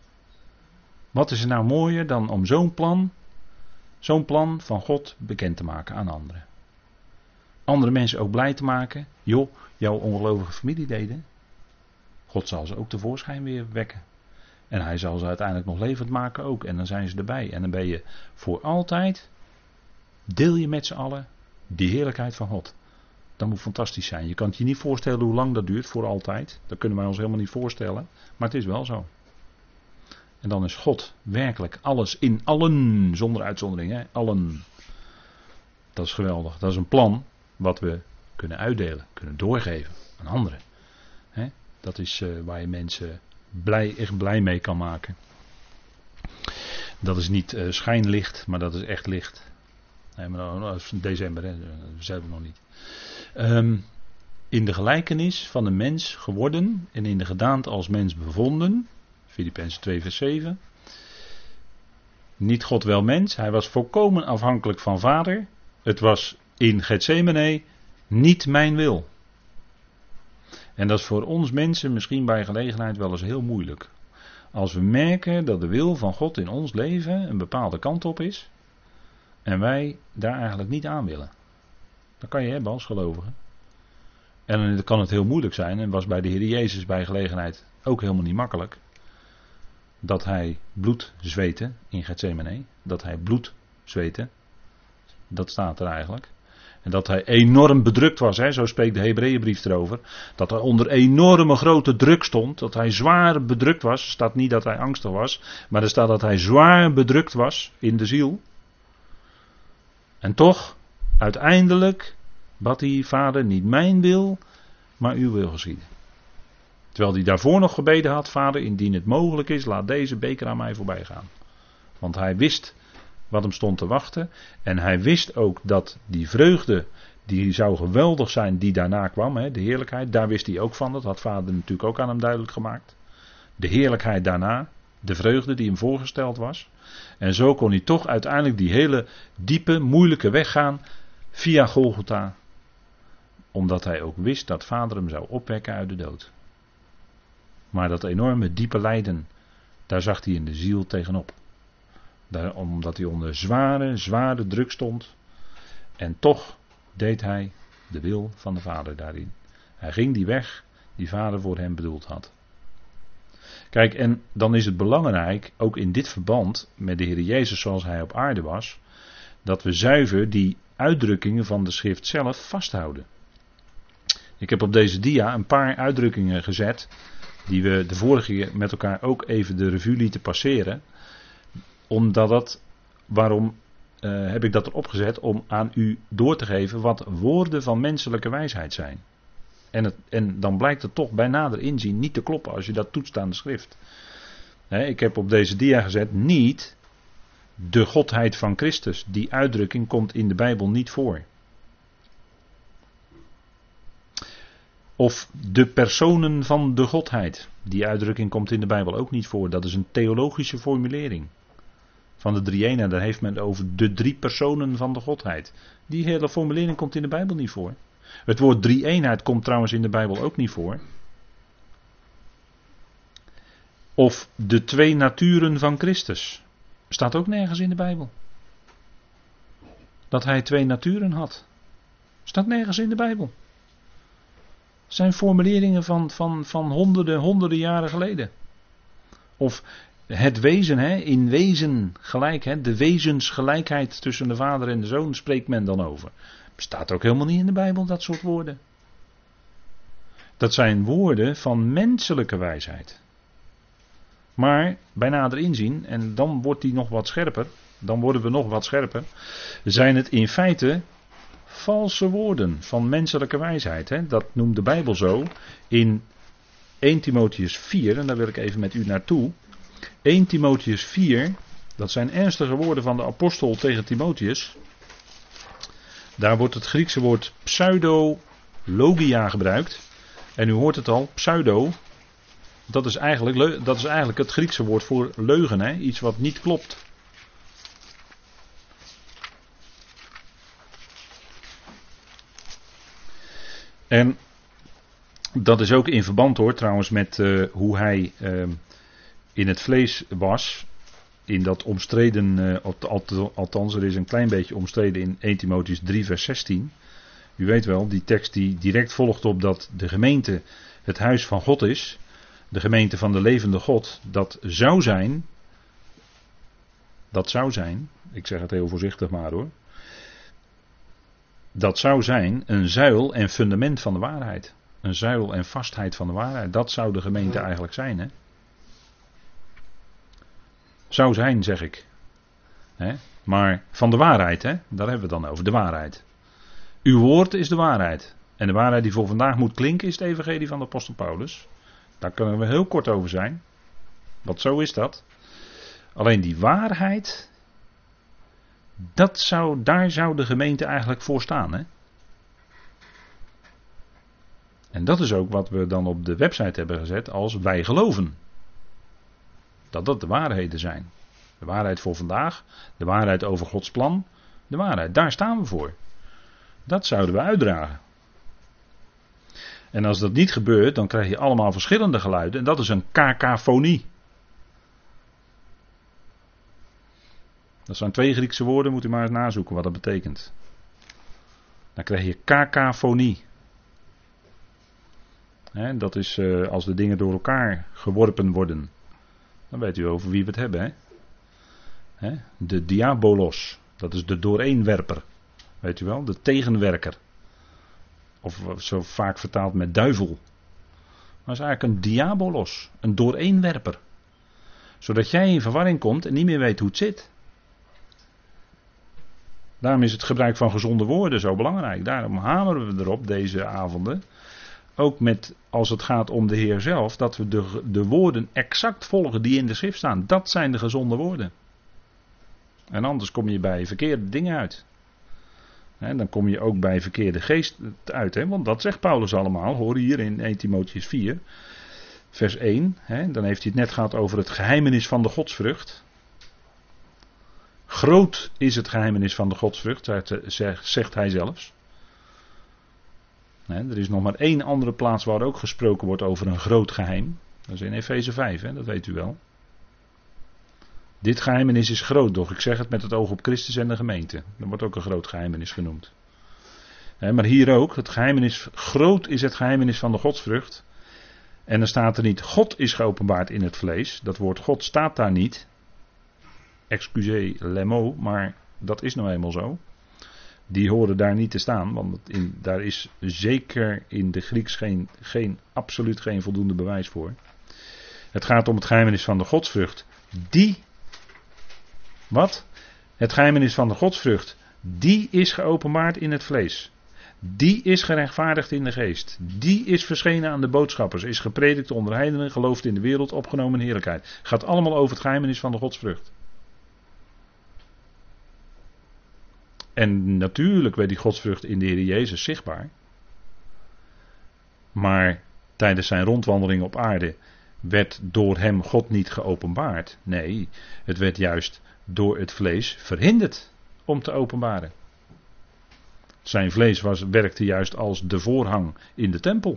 Wat is er nou mooier dan om zo'n plan, zo'n plan van God bekend te maken aan anderen. Andere mensen ook blij te maken. Joh, jouw ongelovige familieleden. God zal ze ook tevoorschijn weer wekken. En hij zal ze uiteindelijk nog levend maken ook. En dan zijn ze erbij. En dan ben je voor altijd, deel je met z'n allen die heerlijkheid van God. Dat moet fantastisch zijn. Je kan het je niet voorstellen hoe lang dat duurt, voor altijd. Dat kunnen wij ons helemaal niet voorstellen. Maar het is wel zo. En dan is God werkelijk alles in allen, zonder uitzondering. Hè? Allen. Dat is geweldig. Dat is een plan wat we kunnen uitdelen, kunnen doorgeven aan anderen. Hè? Dat is uh, waar je mensen blij, echt blij mee kan maken. Dat is niet uh, schijnlicht, maar dat is echt licht. Nee, maar nou, dat is december, hè? Dat zijn we nog niet. Um, in de gelijkenis van de mens geworden en in de gedaante als mens bevonden. Filippenzen twee vers zeven. Niet God wel mens, hij was volkomen afhankelijk van Vader. Het was in Getsemane niet mijn wil. En dat is voor ons mensen misschien bij gelegenheid wel eens heel moeilijk. Als we merken dat de wil van God in ons leven een bepaalde kant op is. En wij daar eigenlijk niet aan willen. Dat kan je hebben als gelovige. En dan kan het heel moeilijk zijn. En was bij de Heer Jezus bij gelegenheid ook helemaal niet makkelijk. Dat hij bloed zweette in Getsemane. Dat hij bloed zweette. Dat staat er eigenlijk. En dat hij enorm bedrukt was, hè, zo spreekt de Hebreeënbrief erover. Dat hij onder enorme grote druk stond, dat hij zwaar bedrukt was. Er staat niet dat hij angstig was, maar er staat dat hij zwaar bedrukt was in de ziel. En toch, uiteindelijk bad hij, Vader, niet mijn wil, maar uw wil geschieden. Terwijl hij daarvoor nog gebeden had, Vader, indien het mogelijk is, laat deze beker aan mij voorbij gaan. Want hij wist wat hem stond te wachten. En hij wist ook dat die vreugde, die zou geweldig zijn, die daarna kwam, hè, de heerlijkheid, daar wist hij ook van. Dat had Vader natuurlijk ook aan hem duidelijk gemaakt. De heerlijkheid daarna, de vreugde die hem voorgesteld was. En zo kon hij toch uiteindelijk die hele diepe, moeilijke weg gaan via Golgotha. Omdat hij ook wist dat Vader hem zou opwekken uit de dood. Maar dat enorme diepe lijden, daar zag hij in de ziel tegenop. Daar, omdat hij onder zware, zware druk stond. En toch deed hij de wil van de Vader daarin. Hij ging die weg die Vader voor hem bedoeld had. Kijk, en dan is het belangrijk, ook in dit verband met de Heer Jezus zoals hij op aarde was, dat we zuiver die uitdrukkingen van de schrift zelf vasthouden. Ik heb op deze dia een paar uitdrukkingen gezet, die we de vorige keer met elkaar ook even de revue lieten passeren. Omdat dat, waarom uh, heb ik dat erop gezet? Om aan u door te geven wat woorden van menselijke wijsheid zijn. En, het, en dan blijkt het toch bij nader inzien niet te kloppen als je dat toetst aan de schrift. He, ik heb op deze dia gezet, niet de godheid van Christus. Die uitdrukking komt in de Bijbel niet voor. Of de personen van de godheid. Die uitdrukking komt in de Bijbel ook niet voor. Dat is een theologische formulering. Van de drie-eenheid, daar heeft men over de drie personen van de godheid. Die hele formulering komt in de Bijbel niet voor. Het woord drie-eenheid komt trouwens in de Bijbel ook niet voor. Of de twee naturen van Christus. Staat ook nergens in de Bijbel. Dat hij twee naturen had. Staat nergens in de Bijbel. Zijn formuleringen van, van, van honderden, honderden jaren geleden. Of het wezen, hè, in wezen gelijk, hè, de wezensgelijkheid tussen de vader en de zoon spreekt men dan over. Bestaat ook helemaal niet in de Bijbel, dat soort woorden. Dat zijn woorden van menselijke wijsheid. Maar bij nader inzien, en dan wordt die nog wat scherper, dan worden we nog wat scherper, zijn het in feite valse woorden van menselijke wijsheid. Hè? Dat noemt de Bijbel zo in eerste Timotheüs vier, en daar wil ik even met u naartoe. eerste Timotheüs vier, dat zijn ernstige woorden van de apostel tegen Timotheus. Daar wordt het Griekse woord pseudologia gebruikt. En u hoort het al, pseudo, dat is eigenlijk, dat is eigenlijk het Griekse woord voor leugen, hè? Iets wat niet klopt. En dat is ook in verband hoor, trouwens met uh, hoe hij uh, in het vlees was. In dat omstreden, uh, alt, althans er is een klein beetje omstreden in eerste Timotheüs drie vers zestien. U weet wel, die tekst die direct volgt op dat de gemeente het huis van God is. De gemeente van de levende God. Dat zou zijn, dat zou zijn, ik zeg het heel voorzichtig maar hoor. Dat zou zijn een zuil en fundament van de waarheid. Een zuil en vastheid van de waarheid. Dat zou de gemeente eigenlijk zijn. Hè? Zou zijn, zeg ik. Hè? Maar van de waarheid, hè? Daar hebben we het dan over. De waarheid. Uw woord is de waarheid. En de waarheid die voor vandaag moet klinken is het evangelie van de apostel Paulus. Daar kunnen we heel kort over zijn. Want zo is dat. Alleen die waarheid, dat zou, daar zou de gemeente eigenlijk voor staan. Hè? En dat is ook wat we dan op de website hebben gezet als wij geloven. Dat dat de waarheden zijn. De waarheid voor vandaag, de waarheid over Gods plan, de waarheid, daar staan we voor. Dat zouden we uitdragen. En als dat niet gebeurt, dan krijg je allemaal verschillende geluiden en dat is een kakafonie. Dat zijn twee Griekse woorden, moet u maar eens nazoeken wat dat betekent. Dan krijg je kakafonie. He, dat is uh, als de dingen door elkaar geworpen worden. Dan weet u over wie we het hebben. Hè? He, de diabolos, dat is de dooreenwerper. weet u wel, de tegenwerker. Of zo vaak vertaald met duivel. Maar is eigenlijk een diabolos, een dooreenwerper. Zodat jij in verwarring komt en niet meer weet hoe het zit. Daarom is het gebruik van gezonde woorden zo belangrijk. Daarom hameren we erop deze avonden. Ook met, als het gaat om de Heer zelf, dat we de, de woorden exact volgen die in de schrift staan. Dat zijn de gezonde woorden. En anders kom je bij verkeerde dingen uit. En dan kom je ook bij verkeerde geest uit. Hè? Want dat zegt Paulus allemaal. Hoor hier in Eerste Timotheüs vier. Vers één. Hè? Dan heeft hij het net gehad over het geheimenis van de godsvrucht. Groot is het geheimenis van de godsvrucht, zegt hij zelfs. Hè? Er is nog maar één andere plaats waar ook gesproken wordt over een groot geheim. Dat is in Efeze vijf, hè? Dat weet u wel. Dit geheimenis is groot, doch ik zeg het met het oog op Christus en de gemeente. Dat wordt ook een groot geheimenis genoemd. He, maar hier ook, het geheimenis, groot is het geheimenis van de godsvrucht. En dan staat er niet, God is geopenbaard in het vlees. Dat woord God staat daar niet. Excusez les mots, maar dat is nou eenmaal zo. Die horen daar niet te staan, want in, daar is zeker in de Grieks geen, geen, absoluut geen voldoende bewijs voor. Het gaat om het geheimenis van de godsvrucht. Die... Wat? Het geheimenis van de godsvrucht, die is geopenbaard in het vlees. Die is gerechtvaardigd in de geest. Die is verschenen aan de boodschappers, is gepredikt onder heidenen, geloofd in de wereld, opgenomen in heerlijkheid. Gaat allemaal over het geheimenis van de godsvrucht. En natuurlijk werd die godsvrucht in de Heer Jezus zichtbaar. Maar tijdens zijn rondwandeling op aarde werd door hem God niet geopenbaard. Nee, het werd juist door het vlees verhinderd om te openbaren. Zijn vlees was, werkte juist als de voorhang in de tempel.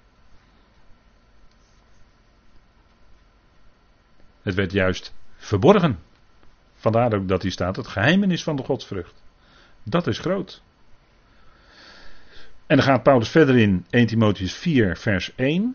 Het werd juist verborgen. Vandaar ook dat hier staat, het geheimenis van de godsvrucht. Dat is groot. En dan gaat Paulus verder in Eerste Timotheüs vier vers één.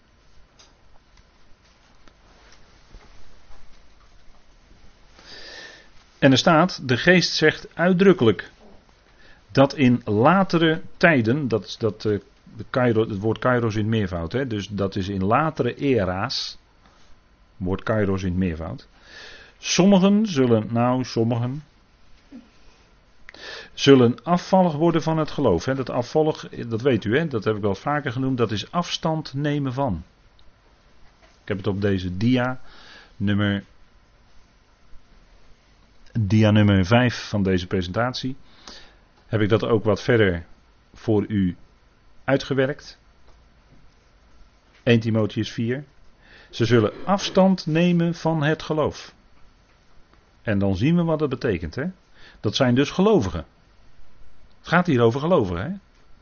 En er staat, de geest zegt uitdrukkelijk dat in latere tijden, dat is dat, uh, de Kairos, het woord kairos in het meervoud, hè, dus dat is in latere era's, woord kairos in het meervoud. Sommigen zullen, nou sommigen, zullen afvallig worden van het geloof. Hè. Dat afvallig, dat weet u, hè, dat heb ik wel vaker genoemd, dat is afstand nemen van. Ik heb het op deze dia, nummer dia nummer vijf van deze presentatie, heb ik dat ook wat verder voor u uitgewerkt. Eerste Timotheüs vier. Ze zullen afstand nemen van het geloof. En dan zien we wat dat betekent. Hè? Dat zijn dus gelovigen. Het gaat hier over gelovigen. Hè?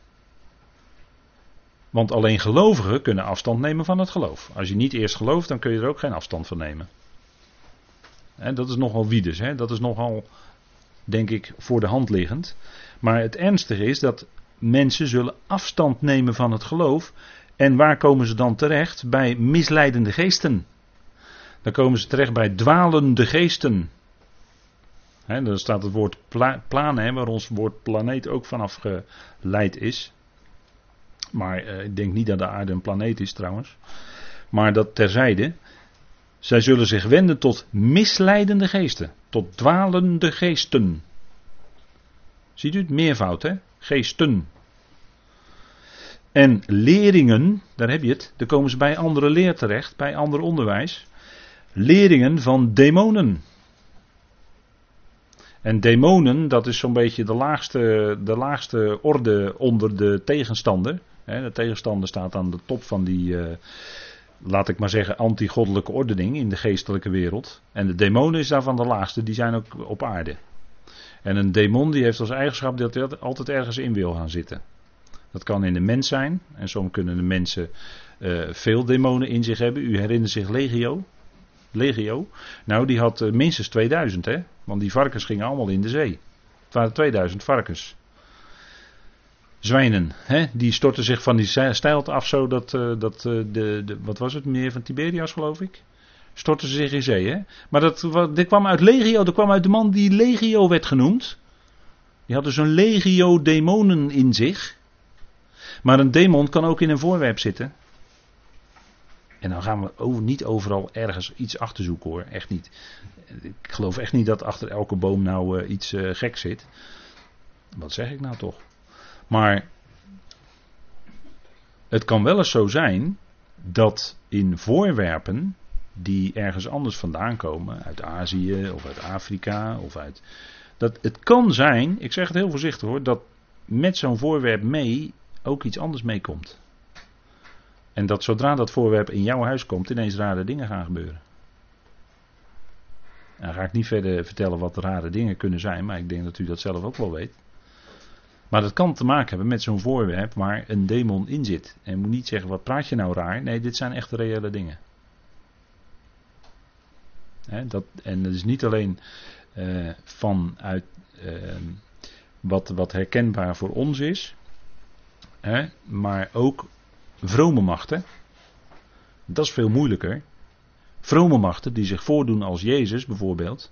Want alleen gelovigen kunnen afstand nemen van het geloof. Als je niet eerst gelooft, dan kun je er ook geen afstand van nemen. En dat is nogal wiedes. Hè? Dat is nogal, denk ik, voor de hand liggend. Maar het ernstige is dat mensen zullen afstand nemen van het geloof. En waar komen ze dan terecht? Bij misleidende geesten. Dan komen ze terecht bij dwalende geesten. He, daar staat het woord pla- planen, waar ons woord planeet ook vanaf geleid is. Maar eh, ik denk niet dat de aarde een planeet is trouwens. Maar dat terzijde. Zij zullen zich wenden tot misleidende geesten. Tot dwalende geesten. Ziet u het meervoud, hè? Geesten. En leringen, daar heb je het. Dan komen ze bij andere leer terecht, bij ander onderwijs. Leringen van demonen. En demonen, dat is zo'n beetje de laagste, de laagste orde onder de tegenstander. De tegenstander staat aan de top van die, uh, laat ik maar zeggen, anti-goddelijke ordening in de geestelijke wereld. En de demonen is daarvan de laagste, die zijn ook op aarde. En een demon die heeft als eigenschap dat hij altijd ergens in wil gaan zitten. Dat kan in de mens zijn. En soms kunnen de mensen uh, veel demonen in zich hebben. U herinnert zich Legio? Legio. Nou, die had uh, minstens tweeduizend, hè. Want die varkens gingen allemaal in de zee. Het waren tweeduizend varkens. Zwijnen, hè. Die stortten zich van die steilte af zo dat, uh, dat uh, de, de, wat was het, meneer van Tiberias geloof ik? Stortten ze zich in zee, hè. Maar dat, wat, dit kwam uit Legio, dat kwam uit de man die Legio werd genoemd. Die had dus een legio demonen in zich. Maar een demon kan ook in een voorwerp zitten. En dan gaan we over, niet overal ergens iets achter zoeken hoor. Echt niet. Ik geloof echt niet dat achter elke boom nou uh, iets uh, geks zit. Wat zeg ik nou toch? Maar het kan wel eens zo zijn dat in voorwerpen die ergens anders vandaan komen, uit Azië of uit Afrika of uit... Dat het kan zijn, ik zeg het heel voorzichtig hoor, dat met zo'n voorwerp mee ook iets anders meekomt. En dat zodra dat voorwerp in jouw huis komt, ineens rare dingen gaan gebeuren. En dan ga ik niet verder vertellen wat de rare dingen kunnen zijn, maar ik denk dat u dat zelf ook wel weet. Maar dat kan te maken hebben met zo'n voorwerp waar een demon in zit. En je moet niet zeggen, wat praat je nou raar? Nee, dit zijn echt reële dingen. He, dat, en dat is niet alleen uh, vanuit uh, wat, wat herkenbaar voor ons is, he, maar ook vrome machten. Dat is veel moeilijker. Vrome machten die zich voordoen als Jezus bijvoorbeeld.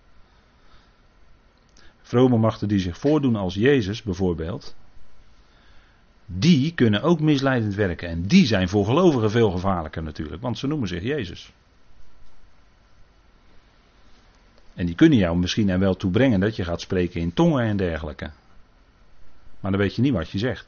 Vrome machten die zich voordoen als Jezus bijvoorbeeld. Die kunnen ook misleidend werken. En die zijn voor gelovigen veel gevaarlijker natuurlijk. Want ze noemen zich Jezus. En die kunnen jou misschien er wel toe brengen dat je gaat spreken in tongen en dergelijke. Maar dan weet je niet wat je zegt.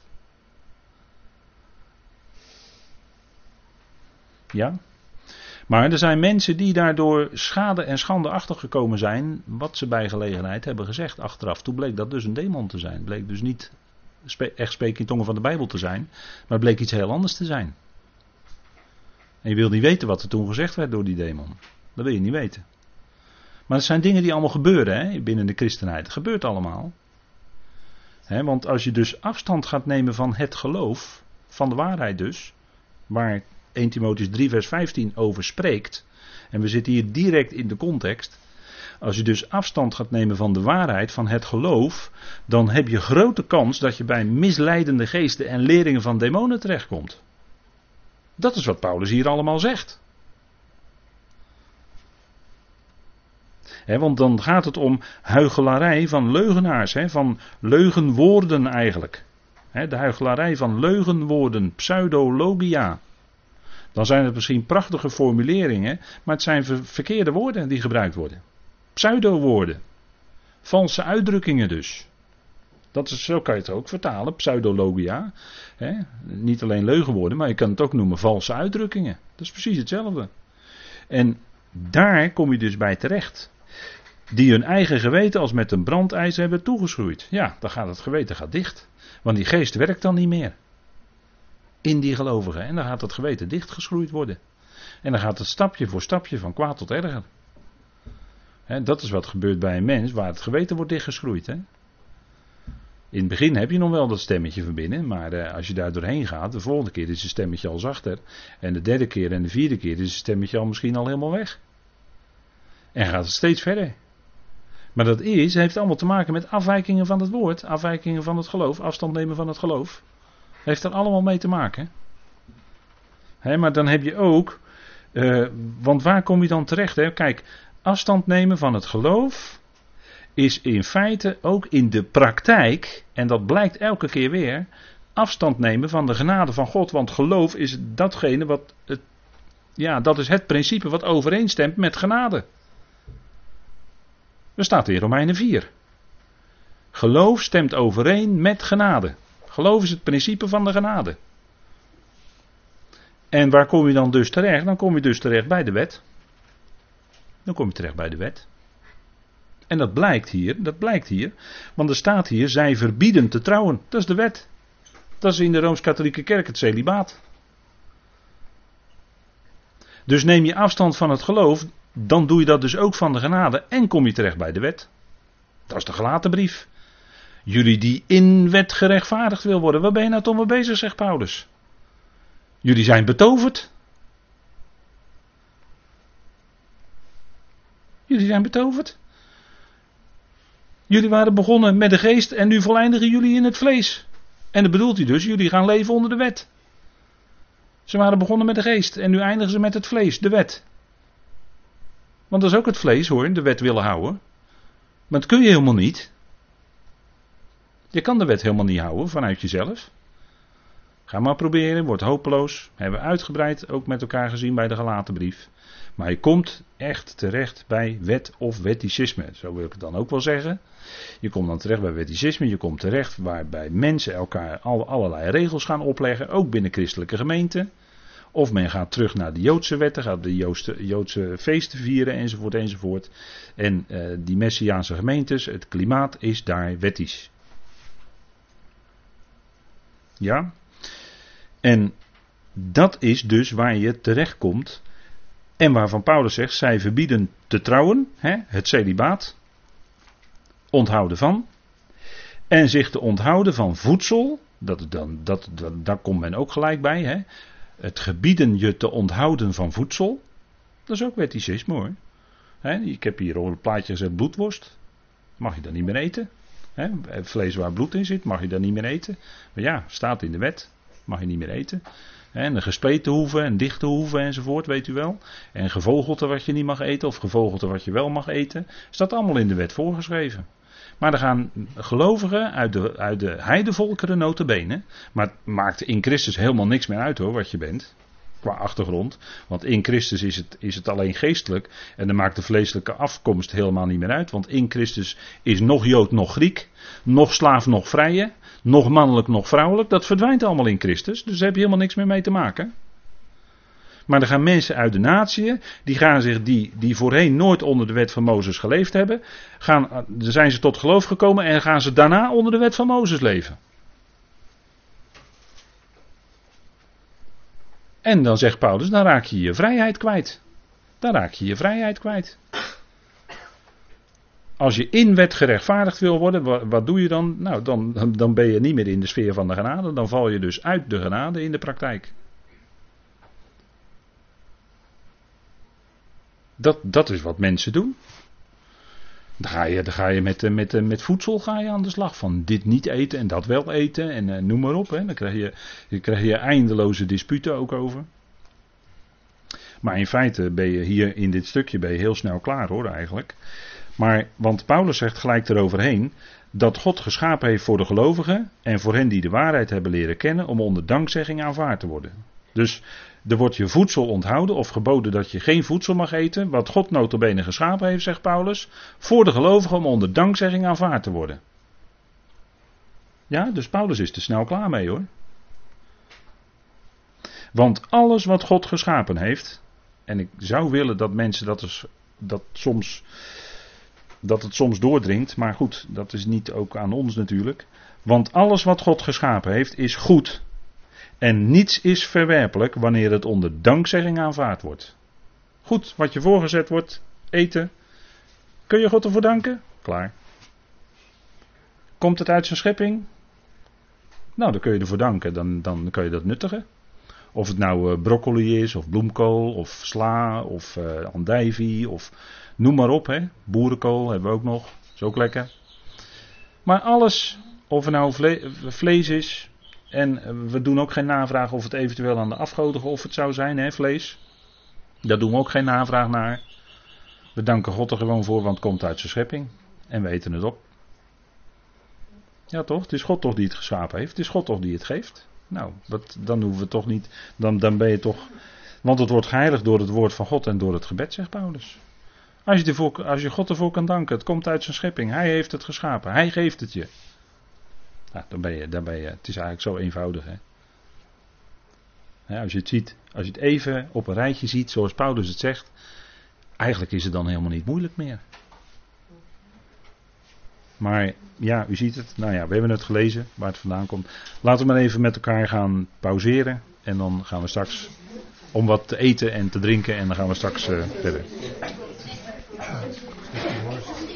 Ja? Maar er zijn mensen die daardoor schade en schande achtergekomen zijn wat ze bij gelegenheid hebben gezegd achteraf. Toen bleek dat dus een demon te zijn. Het bleek dus niet spe- echt spreken in tongen van de Bijbel te zijn, maar het bleek iets heel anders te zijn. En je wil niet weten wat er toen gezegd werd door die demon. Dat wil je niet weten. Maar het zijn dingen die allemaal gebeuren hè, binnen de christenheid. Het gebeurt allemaal. Hè, want als je dus afstand gaat nemen van het geloof, van de waarheid dus, waar eerste Timotheüs drie vers vijftien over spreekt, en we zitten hier direct in de context, als je dus afstand gaat nemen van de waarheid, van het geloof, dan heb je grote kans dat je bij misleidende geesten en leringen van demonen terechtkomt. Dat is wat Paulus hier allemaal zegt. He, want dan gaat het om huichelarij van leugenaars, he, van leugenwoorden eigenlijk. He, de huichelarij van leugenwoorden, pseudologia. Dan zijn het misschien prachtige formuleringen, maar het zijn ver- verkeerde woorden die gebruikt worden. Pseudo-woorden. Valse uitdrukkingen dus. Dat is, zo kan je het ook vertalen, pseudologia. He, niet alleen leugenwoorden, maar je kan het ook noemen valse uitdrukkingen. Dat is precies hetzelfde. En daar kom je dus bij terecht. Die hun eigen geweten als met een brandijzer hebben toegeschroeid. Ja, dan gaat het geweten gaat dicht. Want die geest werkt dan niet meer. In die gelovigen. En dan gaat het geweten dichtgeschroeid worden. En dan gaat het stapje voor stapje van kwaad tot erger. He, dat is wat gebeurt bij een mens waar het geweten wordt dichtgeschroeid. He. In het begin heb je nog wel dat stemmetje van binnen. Maar uh, als je daar doorheen gaat, de volgende keer is het stemmetje al zachter. En de derde keer en de vierde keer is het stemmetje al misschien al helemaal weg. En gaat het steeds verder. Maar dat is, heeft allemaal te maken met afwijkingen van het woord. Afwijkingen van het geloof. Afstand nemen van het geloof. Heeft er allemaal mee te maken. He, maar dan heb je ook, uh, want waar kom je dan terecht? Hè? Kijk, afstand nemen van het geloof is in feite ook in de praktijk, en dat blijkt elke keer weer, afstand nemen van de genade van God. Want geloof is datgene wat, het, ja, dat is het principe wat overeenstemt met genade. Er staat in Romeinen vier. Geloof stemt overeen met genade. Geloof is het principe van de genade. En waar kom je dan dus terecht? Dan kom je dus terecht bij de wet. Dan kom je terecht bij de wet. En dat blijkt hier, dat blijkt hier. Want er staat hier, zij verbieden te trouwen. Dat is de wet. Dat is in de Rooms-Katholieke Kerk het celibaat. Dus neem je afstand van het geloof, dan doe je dat dus ook van de genade en kom je terecht bij de wet. Dat is de Galatenbrief. Jullie die in wet gerechtvaardigd wil worden. Waar ben je nou toch mee bezig, zegt Paulus. Jullie zijn betoverd. Jullie zijn betoverd. Jullie waren begonnen met de geest en nu voleindigen jullie in het vlees. En dat bedoelt hij dus, jullie gaan leven onder de wet. Ze waren begonnen met de geest en nu eindigen ze met het vlees, de wet. Want dat is ook het vlees hoor, de wet willen houden. Maar dat kun je helemaal niet. Je kan de wet helemaal niet houden vanuit jezelf. Ga maar proberen, wordt hopeloos. Hebben we uitgebreid ook met elkaar gezien bij de Galatenbrief. Maar je komt echt terecht bij wet of wetticisme. Zo wil ik het dan ook wel zeggen. Je komt dan terecht bij wetticisme. Je komt terecht waarbij mensen elkaar al, allerlei regels gaan opleggen. Ook binnen christelijke gemeenten. Of men gaat terug naar de Joodse wetten. Gaat de Joodse, Joodse feesten vieren enzovoort enzovoort. En uh, die Messiaanse gemeentes. Het klimaat is daar wettisch. Ja. En dat is dus waar je terecht komt. En waarvan Paulus zegt, zij verbieden te trouwen, hè, het celibaat, onthouden van. En zich te onthouden van voedsel, dat, dan, dat, dat, daar komt men ook gelijk bij. Hè. Het gebieden je te onthouden van voedsel, dat is ook wetticisme hoor. Hè, ik heb hier op het plaatje gezet bloedworst, mag je dan niet meer eten. Hè. Vlees waar bloed in zit, mag je dan niet meer eten. Maar ja, staat in de wet, mag je niet meer eten. En de gespleten hoeven en dichte hoeven enzovoort, weet u wel. En gevogelte wat je niet mag eten of gevogelte wat je wel mag eten. Staat allemaal in de wet voorgeschreven. Maar er gaan gelovigen uit de, uit de heidevolkeren nota bene. Maar het maakt in Christus helemaal niks meer uit hoor, wat je bent. Qua achtergrond. Want in Christus is het, is het alleen geestelijk. En dan maakt de vleeselijke afkomst helemaal niet meer uit. Want in Christus is nog Jood, nog Griek. Nog slaaf, nog vrije. Nog mannelijk, nog vrouwelijk. Dat verdwijnt allemaal in Christus. Dus daar heb je helemaal niks meer mee te maken. Maar er gaan mensen uit de natie, die, gaan zich, die, die voorheen nooit onder de wet van Mozes geleefd hebben. Gaan, dan zijn ze tot geloof gekomen en gaan ze daarna onder de wet van Mozes leven. En dan zegt Paulus, dan raak je je vrijheid kwijt. Dan raak je je vrijheid kwijt. Als je in wet gerechtvaardigd wil worden, wat, wat doe je dan? Nou, dan, dan ben je niet meer in de sfeer van de genade. Dan val je dus uit de genade in de praktijk. Dat, dat is wat mensen doen. Dan ga je, dan ga je met, met, met voedsel ga je aan de slag. Van dit niet eten en dat wel eten en uh, noem maar op. Hè. Dan krijg je, dan krijg je eindeloze disputen ook over. Maar in feite ben je hier in dit stukje ben je heel snel klaar hoor eigenlijk. Maar, want Paulus zegt gelijk eroverheen dat God geschapen heeft voor de gelovigen en voor hen die de waarheid hebben leren kennen om onder dankzegging aanvaard te worden. Dus er wordt je voedsel onthouden of geboden dat je geen voedsel mag eten, wat God nota bene geschapen heeft, zegt Paulus, voor de gelovigen om onder dankzegging aanvaard te worden. Ja, dus Paulus is er snel klaar mee hoor. Want alles wat God geschapen heeft, en ik zou willen dat mensen dat, is, dat soms... dat het soms doordringt, maar goed, dat is niet ook aan ons natuurlijk. Want alles wat God geschapen heeft is goed. En niets is verwerpelijk wanneer het onder dankzegging aanvaard wordt. Goed, wat je voorgezet wordt, eten. Kun je God ervoor danken? Klaar. Komt het uit zijn schepping? Nou, dan kun je ervoor danken, dan, dan kun je dat nuttigen. Of het nou uh, broccoli is, of bloemkool, of sla, of uh, andijvie, of noem maar op. Hè. Boerenkool hebben we ook nog, is ook lekker. Maar alles, of het nou vle- vlees is, en we doen ook geen navraag of het eventueel aan de afgoden geofferd zou zijn, hè, vlees. Daar doen we ook geen navraag naar. We danken God er gewoon voor, want het komt uit zijn schepping. En we eten het op. Ja toch, het is God toch die het geschapen heeft, het is God toch die het geeft. Nou, wat, dan hoeven we toch niet, dan, dan ben je toch, want het wordt geheiligd door het woord van God en door het gebed, zegt Paulus. Als je, ervoor, als je God ervoor kan danken, het komt uit zijn schepping, hij heeft het geschapen, hij geeft het je. Nou, dan ben je, dan ben je, het is eigenlijk zo eenvoudig. Hè? Ja, als je het ziet, als je het even op een rijtje ziet, zoals Paulus het zegt, eigenlijk is het dan helemaal niet moeilijk meer. Maar ja, u ziet het. Nou ja, we hebben het gelezen waar het vandaan komt. Laten we maar even met elkaar gaan pauzeren. En dan gaan we straks om wat te eten en te drinken. En dan gaan we straks uh, verder.